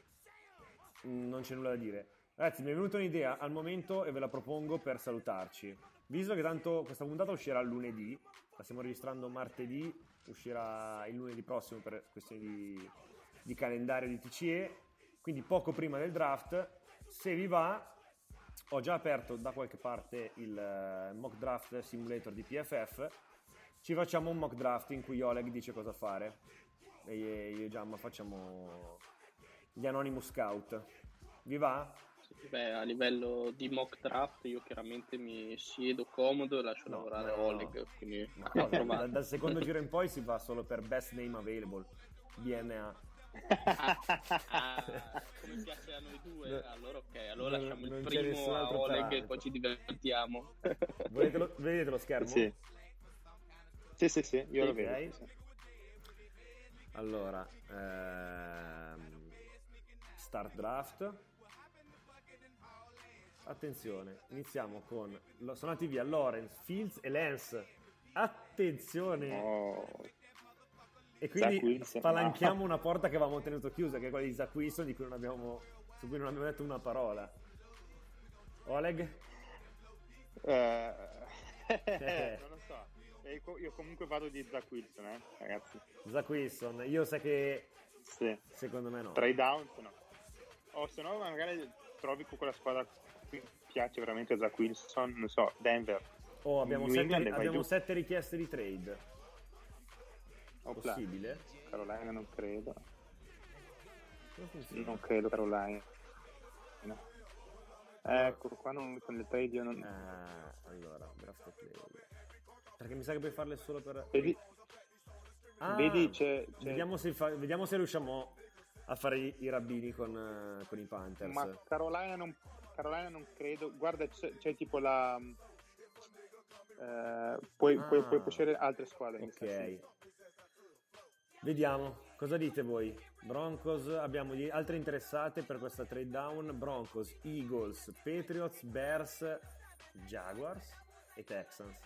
non c'è nulla da dire. Ragazzi, mi è venuta un'idea al momento e ve la propongo per salutarci. Visto che tanto questa puntata uscirà lunedì, la stiamo registrando martedì, uscirà il lunedì prossimo per questioni di, di calendario di T C E, quindi poco prima del draft. Se vi va, ho già aperto da qualche parte il mock draft simulator di P F F. Ci facciamo un mock draft in cui Oleg dice cosa fare e io e Giamma facciamo gli Anonymous Scout. Vi va? Sì, beh, a livello di mock draft io chiaramente mi siedo comodo e lascio No, lavorare no, Oleg, no. quindi No, no, dal, dal secondo giro in poi si va solo per best name available, B N A. ah, ah, come piace a noi due, No, allora ok, allora non- lasciamo non il c'è nessun primo a altro Oleg e parametro. poi ci divertiamo. Volete lo, vedete lo schermo? Sì. Sì, sì, sì, io lo Ok. vedo. Sì. Allora, ehm, start draft. Attenzione, iniziamo con lo- sono andati via Lawrence, Fields e Lance. Attenzione! Oh. E quindi Zach Wilson, spalanchiamo no. una porta che avevamo tenuto chiusa, che è quella di Zach Wilson, di cui non abbiamo, su cui non abbiamo detto una parola. Oleg? Eh, non lo so. Eh, co- Io comunque vado di Zach Wilson, eh, ragazzi. Zach Wilson, io so che Sì. secondo me no. Trade downs, no. o se no magari trovi con quella squadra che piace veramente Zach Wilson, non so, Denver. Oh, abbiamo, New sette, England e vai abbiamo giù. sette richieste di trade. Opla. Possibile? Carolina non credo. Come funziona? Non credo Carolina. No. Ecco, qua non, con le trade io non... Ah, allora, draft player. Perché mi sa che puoi farle solo per... Vedi, Ah, vedi c'è, c'è... Vediamo, se fa... vediamo se riusciamo a fare i, i rabbini con, uh, con i Panthers. Ma Carolina non, Carolina non credo. Guarda, c'è, c'è tipo la... Eh, puoi, Ah, puoi, puoi scegliere altre squadre. mi sa, ok. sì. Vediamo, cosa dite voi? Broncos, abbiamo gli altre interessate per questa trade down. Broncos, Eagles, Patriots, Bears, Jaguars e Texans.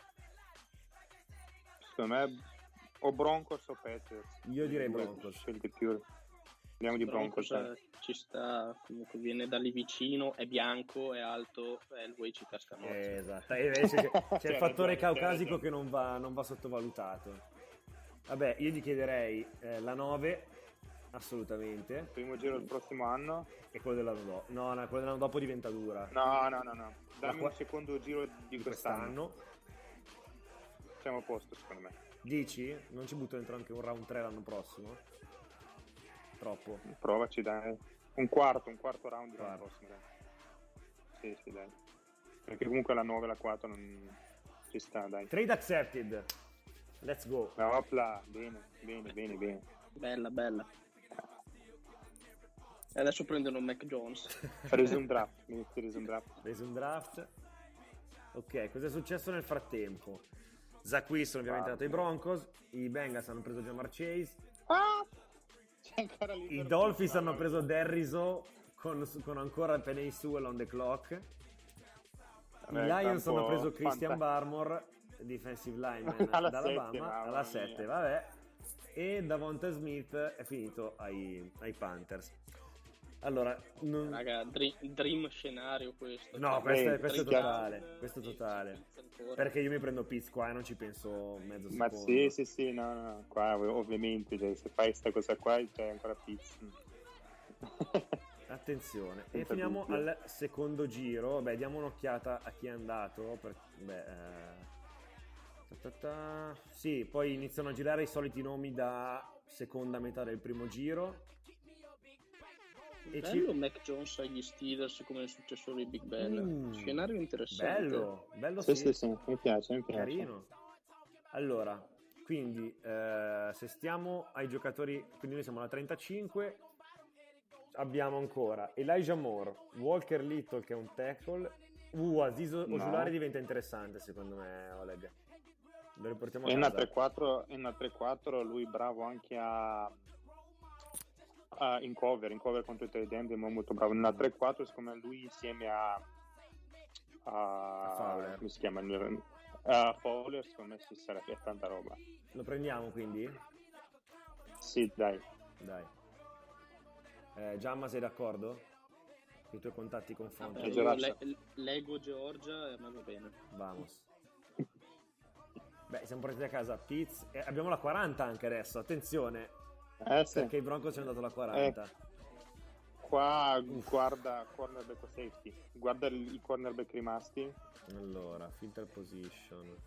Secondo me o Broncos o Patriots. Io direi Due Broncos. scelte più. Andiamo di Broncos. Broncos, eh. eh, ci sta, comunque viene da lì vicino, è bianco, è alto, è il way ci casca morto. Eh, esatto, e invece c'è, c'è il C'è fattore ragione, c'è caucasico ragione. che non va, non va sottovalutato. Vabbè, io gli chiederei eh, la nove, assolutamente, Primo giro il prossimo anno. e quello dell'anno dopo. No, no, quello dell'anno dopo diventa dura. No, no, no, no. Dammi qua- un secondo giro di quest'anno. Quest'anno. Siamo a posto, secondo me. Dici? Non ci butto dentro anche un round tre l'anno prossimo? Troppo. Provaci, dai. Un quarto, un quarto round l'anno Quarto. prossimo, dai. Sì, sì, dai. Perché comunque la nove e la quattro non ci sta, dai. Trade accepted. Let's go. Ma opla, bene, bene, bene, bene. Bella, bella. E adesso prendono Mac Jones. Preso un draft, mi hai preso un draft. Preso un draft. Ok, cosa è successo nel frattempo? Zach Wilson ovviamente è andato ai Broncos. I Bengals hanno preso Jamar Chase. Ah! C'è ancora lì. I Dolphins hanno preso Derriso con, con ancora Penei Sewell on the clock. Vabbè, I Lions campo hanno preso Christian fanta- Barmore, defensive lineman Alla dall'Alabama, sette, mamma alla mia. sette, vabbè. E Davonta Smith è finito ai, ai Panthers. Allora, non... Raga, dream, dream scenario questo. no, Eh, questo è, questo è perché- totale, questo è totale. Perché io mi prendo Pitts qua e non ci penso mezzo Ma secondo. sì, sì, sì, no, no, no. Qua ov- ovviamente, cioè, se fai questa cosa qua c'è ancora pizza. Attenzione, e Senza finiamo dubbio. al secondo giro. Beh, diamo un'occhiata a chi è andato. Per... Beh, eh... ta ta ta. Sì, poi iniziano a girare i soliti nomi da seconda metà del primo giro. E Bello ci... Mac Jones agli Steelers come successore di Big Ben. Mm. Scenario interessante. Bello, bello Sì, sì, sì, sì, mi piace, mi piace. carino. Allora, quindi eh, se stiamo ai giocatori, quindi noi siamo alla trentacinque, abbiamo ancora Elijah Moore, Walker Little che è un tackle. Uh, Aziz No. Ojulari diventa interessante secondo me, Oleg. Lo riportiamo a E una casa. tre quattro, e una tre quattro lui bravo anche a, a in cover, in cover contro i tight end, è molto bravo. Nella tre quattro secondo me lui insieme a a, A Fowler. come si chiama? A Fowler, secondo me ci sarebbe tanta roba. Lo prendiamo quindi? Sì, dai. Dai. Eh, Giamma, sei d'accordo? I tuoi contatti con Vabbè, Fonte? già io lascia. le- Lego Georgia e a me va bene. Vamos. Beh, siamo portati a casa Pitts e abbiamo la quaranta anche adesso, attenzione, Eh sì. perché i Broncos ci hanno dato la quaranta. Qua guarda cornerback o safety. Guarda il- i cornerback rimasti. Allora, filter position.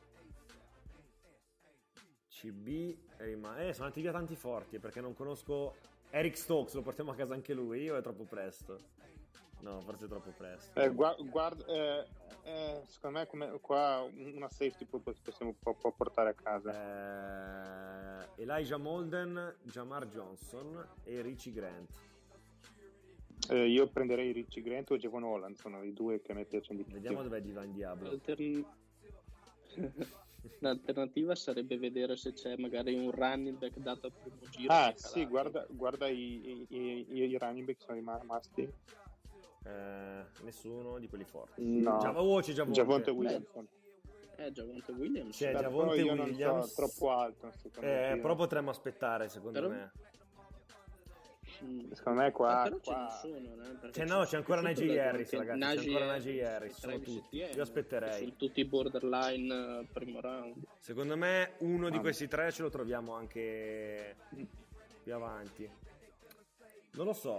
C B rimane. Eh, sono andati via tanti forti perché non conosco Eric Stokes, lo portiamo a casa anche lui o è troppo presto? No, forse è troppo presto. Eh, gua- guarda, eh, eh, secondo me come qua una safety po- possiamo po- po- portare a casa. Eh, Elijah Molden, Jamar Johnson e Richie Grant. Eh, io prenderei Richie Grant o Javon Holland, sono i due che a me piacciono di più. Vediamo dov'è Divan Diablo. Altern- L'alternativa sarebbe vedere se c'è magari un running back dato al primo giro. Ah, che è sì, calato. guarda, guarda i, i, i, i running back sono rimasti. Eh, nessuno di quelli forti. No. Già, oh, c'è Giavonte. Javonte Williamson. Eh, Javonte Williams. C'è Però Javonte io non Williams. so, troppo alto. Secondo Eh, me. però potremmo aspettare, secondo Però- me. Mm. Secondo me qua, Ah, però qua- ce ne sono, eh, perché C'è, no, c'è ancora tutto Najee da- Harris, anche ragazzi. C'è Najee ancora Harris, Najee Harris. Sono Travis tutti. Etienne, Io aspetterei. sono tutti borderline eh, primo round. Secondo me uno di Ah. questi tre ce lo troviamo anche più avanti. Non lo so.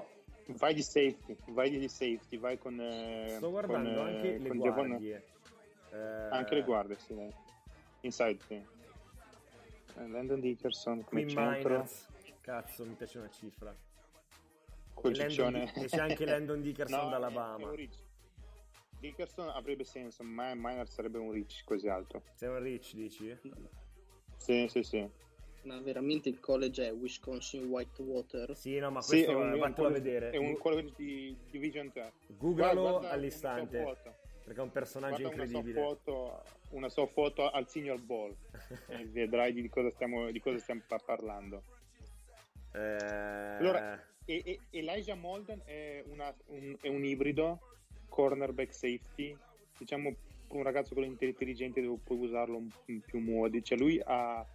vai di safety, vai di safety, vai con eh, sto guardando con, anche eh, le con guardie. Eh, anche le guardie, sì. Dai. Inside, sì. Eh, Landon Dickerson come Queen centro. Miners. Cazzo, mi piace una cifra. Col E, Landon ciccione. Di- e c'è anche Landon Dickerson No, dall'Alabama. è- è un reach. Dickerson avrebbe senso, ma Miners sarebbe un reach così alto. Sei un rich, dici? Sì, sì, sì. Ma veramente il college è Wisconsin Whitewater? Sì, no, ma Sì, questo è un, eh, è un vattelo a college- vedere. È un college di Division tre. Googlalo Guarda- guarda all'istante, una sua foto. perché è un personaggio Guarda una sua incredibile. foto, una sua foto al Senior Bowl e vedrai di cosa stiamo, di cosa stiamo pa- parlando. Eh, Allora, e, e- Elijah Molden è, una- un, è un ibrido cornerback safety, diciamo un ragazzo con intelligente dove puoi usarlo in, in più modi. Cioè lui a,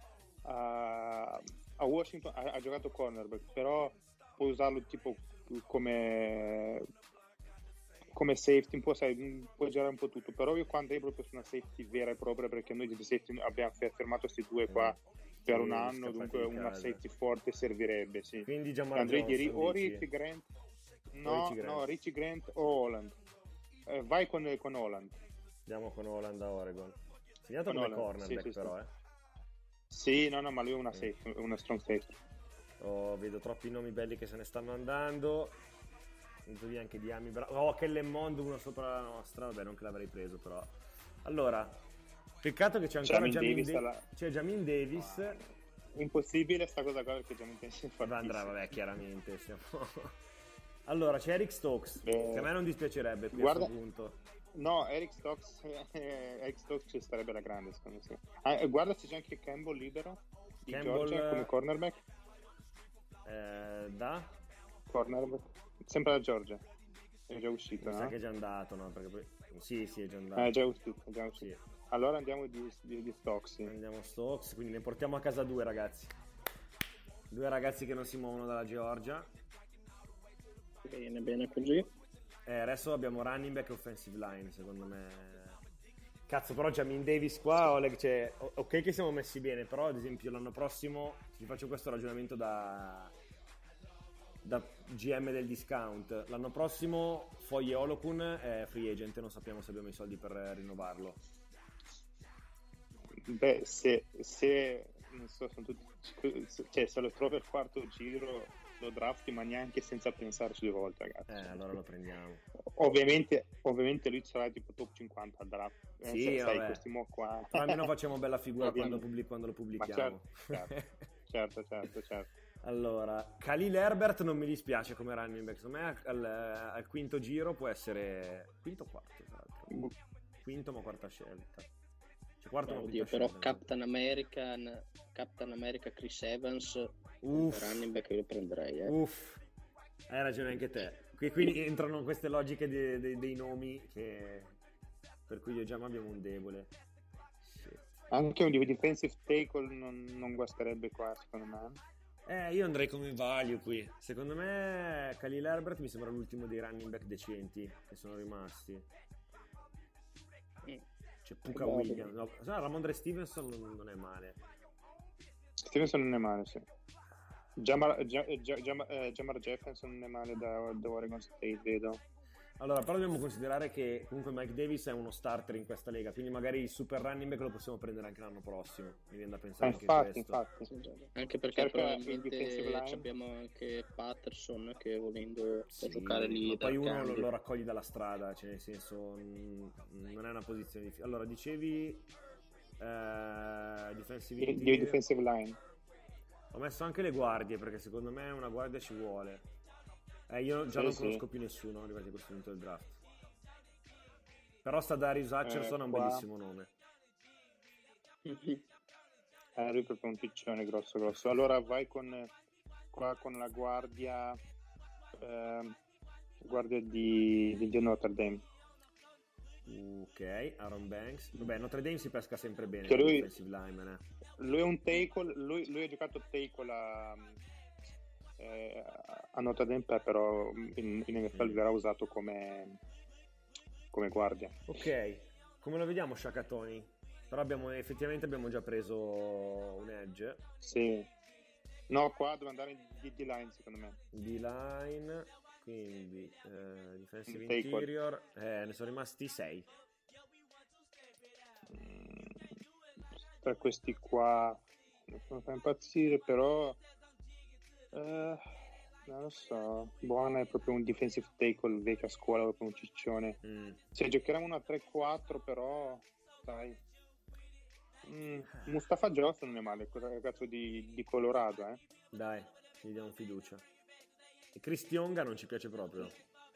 a, a Washington ha, ha giocato cornerback, però puoi usarlo tipo come come safety, un po' sai, puoi girare un po' tutto, però io quando andrei proprio su una safety vera e propria, perché noi di safety abbiamo fermato questi due qua per Sì, un anno, scappati dunque di una casa. safety forte servirebbe, sì. Quindi Jamar Andrei di Johnson, o dici? Richie Grant, O no, Richie Grant. no, Richie Grant o Holland. Eh, vai con, con Holland. Andiamo con Holland a Oregon. Segnato Con come Holland, cornerback, sì, sì, però, sì. eh. Sì, no, no, ma lui è una safety, una strong safety. Oh, vedo troppi nomi belli che se ne stanno andando. Vedo via anche Diami. Bra- oh, Kellen Mond, uno sopra la nostra. Vabbè, non che l'avrei preso, però. Allora, peccato che c'è ancora Jamin Jamin Davis Da- alla- c'è Jamin Davis. Impossibile sta cosa qua perché già mi pensi Va andrà, vabbè, chiaramente. Stiamo... allora, c'è Eric Stokes, Beh, che a me non dispiacerebbe qui guarda- a questo punto. No, Eric Stokes, eh, Eric Stokes ci starebbe la grande, secondo me. Sì. Ah, e guarda se c'è anche Campbell libero di Campbell, Georgia come cornerback. Eh, da? Cornerback. Sempre da Georgia. È già uscito, Mi sa no? che è già andato, no? Perché poi... Sì, sì, è già andato. Ah, è già uscito, è già uscito. Sì. Allora andiamo di, di, di Stokes, sì. Andiamo Stokes, quindi ne portiamo a casa due, ragazzi. Due ragazzi che non si muovono dalla Georgia. Bene, bene così. Eh, adesso abbiamo running back e offensive line, secondo me. Cazzo, però Jamin Davis qua, Oleg, cioè, o- ok che siamo messi bene, però ad esempio l'anno prossimo, ti faccio questo ragionamento da, da G M del discount, l'anno prossimo Foye Olokun è free agent, non sappiamo se abbiamo i soldi per rinnovarlo. Beh, se, se non so, sono tutti, cioè se lo trovi al quarto giro lo drafti, ma neanche senza pensarci due volte, ragazzi. Eh, allora lo prendiamo. Ovviamente, ovviamente lui sarà tipo top cinquanta al draft. Eh, Sì, sai, sai, vabbè. questi mo qua. Però almeno facciamo bella figura quando, Ovviamente. pubblic- quando lo Ma pubblichiamo. certo, certo, certo, certo. Allora, Khalil Herbert non mi dispiace come running back, secondo me al, al quinto giro può essere quinto o quarto, tra l'altro. Quinto ma quarta scelta. Cioè quarto ma Oddio, quinta però scelta. Captain American, Captain America Chris Evans, Uff. running back io lo prenderei, eh. Uff, hai ragione anche te. Qui, qui entrano queste logiche de- de- dei nomi che... per cui io già abbiamo un debole. Shit. Anche un defensive tackle non, non guasterebbe qua, secondo me. Eh, io andrei come value qui. Secondo me Khalil Herbert mi sembra l'ultimo dei running back decenti che sono rimasti. C'è Puka Probabile. Williams. No, no, Ramondre Stevenson non, non è male. Stevenson non è male, sì. Jamar, Ja- Ja- Jam- eh, Jamar Jefferson non è male da, da Oregon State, vedo. Allora, però dobbiamo considerare che comunque Mike Davis è uno starter in questa lega, quindi magari il super running back lo possiamo prendere anche l'anno prossimo. Mi viene da Ah, pensare anche infatti, questo. infatti. Anche perché Cerca il defensive probabilmente line. abbiamo anche Patterson che volendo può Sì, giocare lì ma poi dal uno lo, cambio. lo raccogli dalla strada, cioè nel senso mh, non è una posizione difficile. Allora, dicevi eh, defensive Di, di interior. defensive line. Ho messo anche le guardie perché secondo me una guardia ci vuole. Eh, io già Sì, non sì. conosco più nessuno arrivati a questo punto del draft. Però sta Darius Hutcherson Eh, è un qua- bellissimo nome. Eh, lui è proprio un piccione grosso grosso. Allora vai con qua con la guardia ehm, guardia di, di Notre Dame. Ok, Aaron Banks. Vabbè, Notre Dame si pesca sempre bene Che con lui- defensive lineman, eh. Lui è un tackle, lui, lui ha giocato tackle a, eh, a Notre Dame, però in, in N F L Mm. verrà usato come, come guardia. Ok, come lo vediamo Shakatoni? Però abbiamo, effettivamente abbiamo già preso un edge. Sì. No, qua deve andare in D-line secondo me. D-line, quindi eh, defensive Take interior, eh, ne sono rimasti sei. Tra questi qua non fa impazzire, però eh, non lo so. Buona è proprio un defensive tackle vecchia scuola, proprio un ciccione. Mm. Se giocheremo una tre quattro, però dai. Mm, Mustafa Johnson non è male, cosa cazzo di, di Colorado, eh? Dai, gli diamo fiducia. E Chris Tionga non ci piace proprio.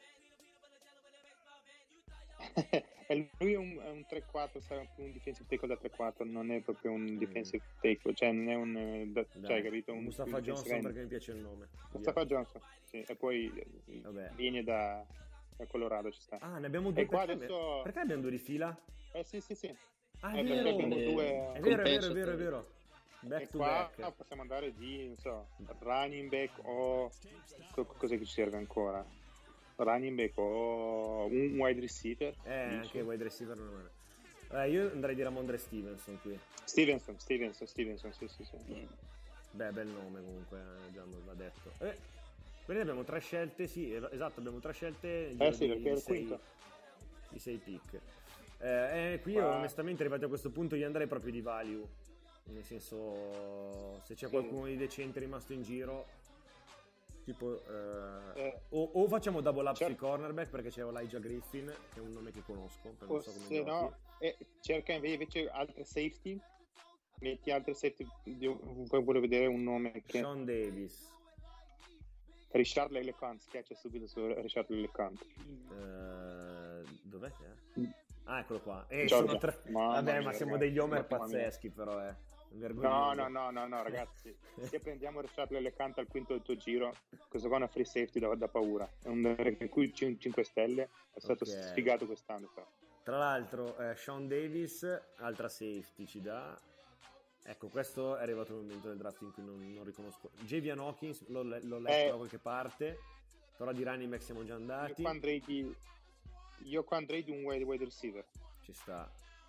E lui è un, è un tre quattro, sarà un defensive tackle da tre quattro, non è proprio un defensive tackle, cioè non è un eh, da, cioè, capito? Un Mustafa Johnson, perché mi piace il nome. Mustafa Via. Johnson, sì, e poi eh, Vabbè. viene da, da Colorado, ci sta. Ah, ne abbiamo due. E qua perché, adesso perché abbiamo due di fila? eh sì sì sì. Ah, è Eh, perché vero. abbiamo È due vero, è vero, è vero, è vero. Back e to qua back. possiamo andare di, non so, running back o co- cos'è che ci serve ancora? Running back o un wide receiver? Eh, dici? anche wide receiver non è. Eh, io andrei di Ramondre Stevenson qui. Stevenson, Stevenson, Stevenson, sì, sì, sì. Beh, bel nome comunque, eh, già va detto. Eh, quindi abbiamo tre scelte, sì, es- esatto, abbiamo tre scelte Eh sì, di, perché è di il sei, quinto. di sei pick. Eh, eh, qui io Qua- onestamente arrivati a questo punto io andrei proprio di value. Nel senso, se c'è Sì. qualcuno di decente rimasto in giro, tipo eh, Eh. o, o facciamo double up Certo. sui cornerback perché c'è Elijah Griffin, che è un nome che conosco, per non O so come se giochi. no, eh, cerca invece altre safety, metti altre safety, io voglio vedere un nome che Sean Davis, Richard LeCount, schiaccia subito su Richard LeCount. eh, dov'è che è? Ah, eccolo qua. Eh, Georgia. sono tre... Mamma Vabbè, mia, ma siamo ragazzi, degli homer mamma mia. pazzeschi, però, eh. No, Vergognoso. no, no, no, no, ragazzi, se prendiamo Richard LeCount al quinto del tuo giro, questo qua è una free safety da, da paura, è un in cui cinque stelle, è stato Ok. sfigato quest'anno. Però. Tra l'altro, eh, Sean Davis, altra safety ci dà. Ecco, questo è arrivato un momento del draft in cui non, non riconosco. Javian Hawkins, l'ho, le- l'ho letto Eh. da qualche parte, però di running back siamo già Io andati. qua andrei di, io qua andrei di un wide, wide receiver. Ci sta.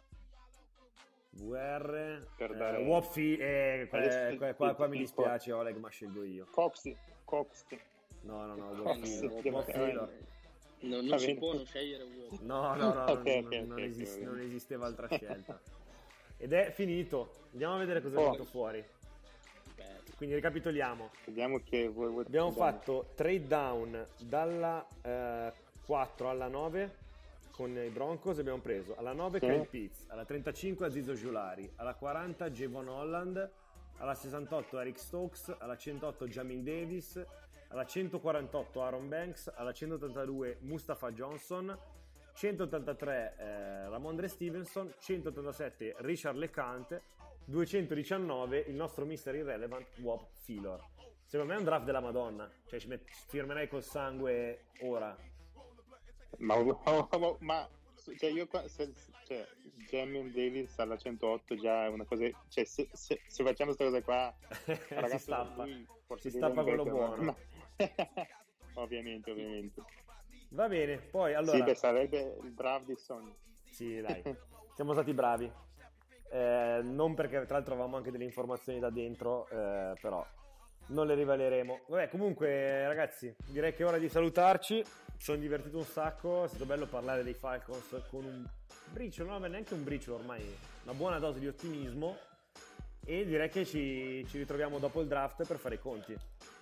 V R, Per eh, dare- Wopfi, eh, qua, Adesso- qua, qua, qua mi dispiace Oleg, ma scelgo io. Coxy, Coxy. No, no, no, Oh, Wopfi, sì, Wopfi, devo- Wopfi, no. Non, non Va si bene. può non scegliere uomo. No, no, no, Ok, non, ok, non- non ok, esiste- ok. non esisteva altra scelta. Ed è finito. Andiamo a vedere cosa è Oh. venuto fuori. Beh, Quindi ricapitoliamo. Vediamo che vuoi, vuoi Abbiamo vediamo. fatto trade down dalla eh, quattro alla nove con i Broncos. Abbiamo preso alla nove Sì. Kyle Pitts, alla trentacinque Aziz Ojulari, alla quaranta Javon Holland, alla sessantotto Eric Stokes, alla centotto Jamin Davis, alla centoquarantotto Aaron Banks, alla centottantadue Mustafa Johnson, centottantatré eh, Ramondre Stevenson, centottantasette Richard LeCount, duecentodiciannove il nostro mister Irrelevant Wop Philor. Secondo me è un draft della Madonna, cioè ci met- firmerei col sangue ora. Ma, oh, oh, ma cioè io qua, se, cioè, Jamin Davis alla centootto già è una cosa, cioè se, se, se facciamo questa cosa qua si ragazzi, stappa, lui forse si deve stappa un quello vecchio, buono. ma- ovviamente, ovviamente. Va bene, poi Sì, allora... beh, sarebbe il draft di sogni. Sì, dai, siamo stati bravi. Eh, non perché tra l'altro avevamo anche delle informazioni da dentro, eh, però non le riveleremo. Vabbè, comunque ragazzi, direi che è ora di salutarci. Mi sono divertito un sacco, è stato bello parlare dei Falcons con un briciolo, no, neanche un briciolo ormai, una buona dose di ottimismo. E direi che ci, ci ritroviamo dopo il draft per fare i conti.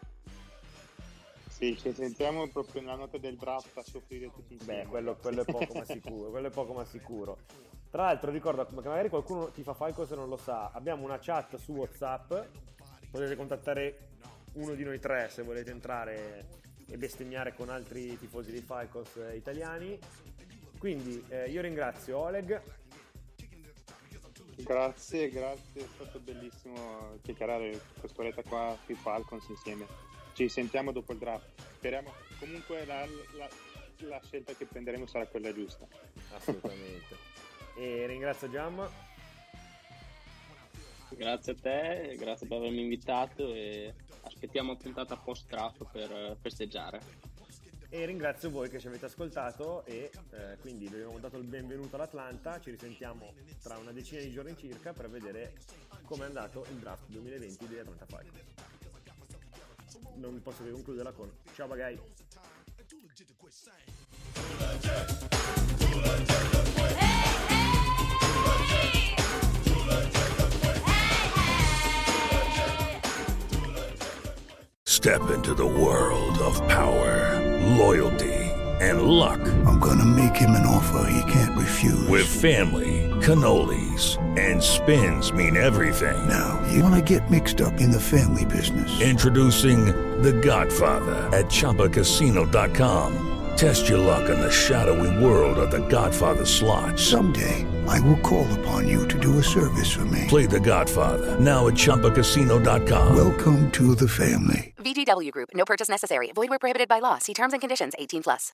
Sì, ci sentiamo proprio nella notte del draft a soffrire tutti insieme. Beh, quello, quello è poco ma sicuro, quello è poco ma sicuro. Tra l'altro ricordo che magari qualcuno ti fa Falcons e non lo sa, abbiamo una chat su WhatsApp, potete contattare uno di noi tre se volete entrare e bestemmiare con altri tifosi dei Falcons eh, italiani. Quindi eh, io ringrazio Oleg. Grazie, grazie, è stato bellissimo chiacchierare quest'oretta qua sui Falcons insieme. Ci sentiamo dopo il draft. Speriamo comunque la, la, la scelta che prenderemo sarà quella giusta. Assolutamente. E ringrazio Giamma. grazie a te, grazie per avermi invitato e aspettiamo puntata post draft per eh, festeggiare. E ringrazio voi che ci avete ascoltato e eh, quindi vi abbiamo dato il benvenuto all'Atlanta. Ci risentiamo tra una decina di giorni circa per vedere come è andato il draft duemilaventi degli Atlanta Falcons. Non posso che concluderla con ciao bagai. Step into the world of power, loyalty, and luck. I'm gonna make him an offer he can't refuse. With family, cannolis, and spins mean everything. Now, you wanna get mixed up in the family business. Introducing The Godfather at Chumba Casino dot com. Test your luck in the shadowy world of The Godfather slot. Someday, I will call upon you to do a service for me. Play The Godfather, now at Chumba Casino dot com. Welcome to the family. V G W Group. No purchase necessary. Void where prohibited by law. See terms and conditions. eighteen plus.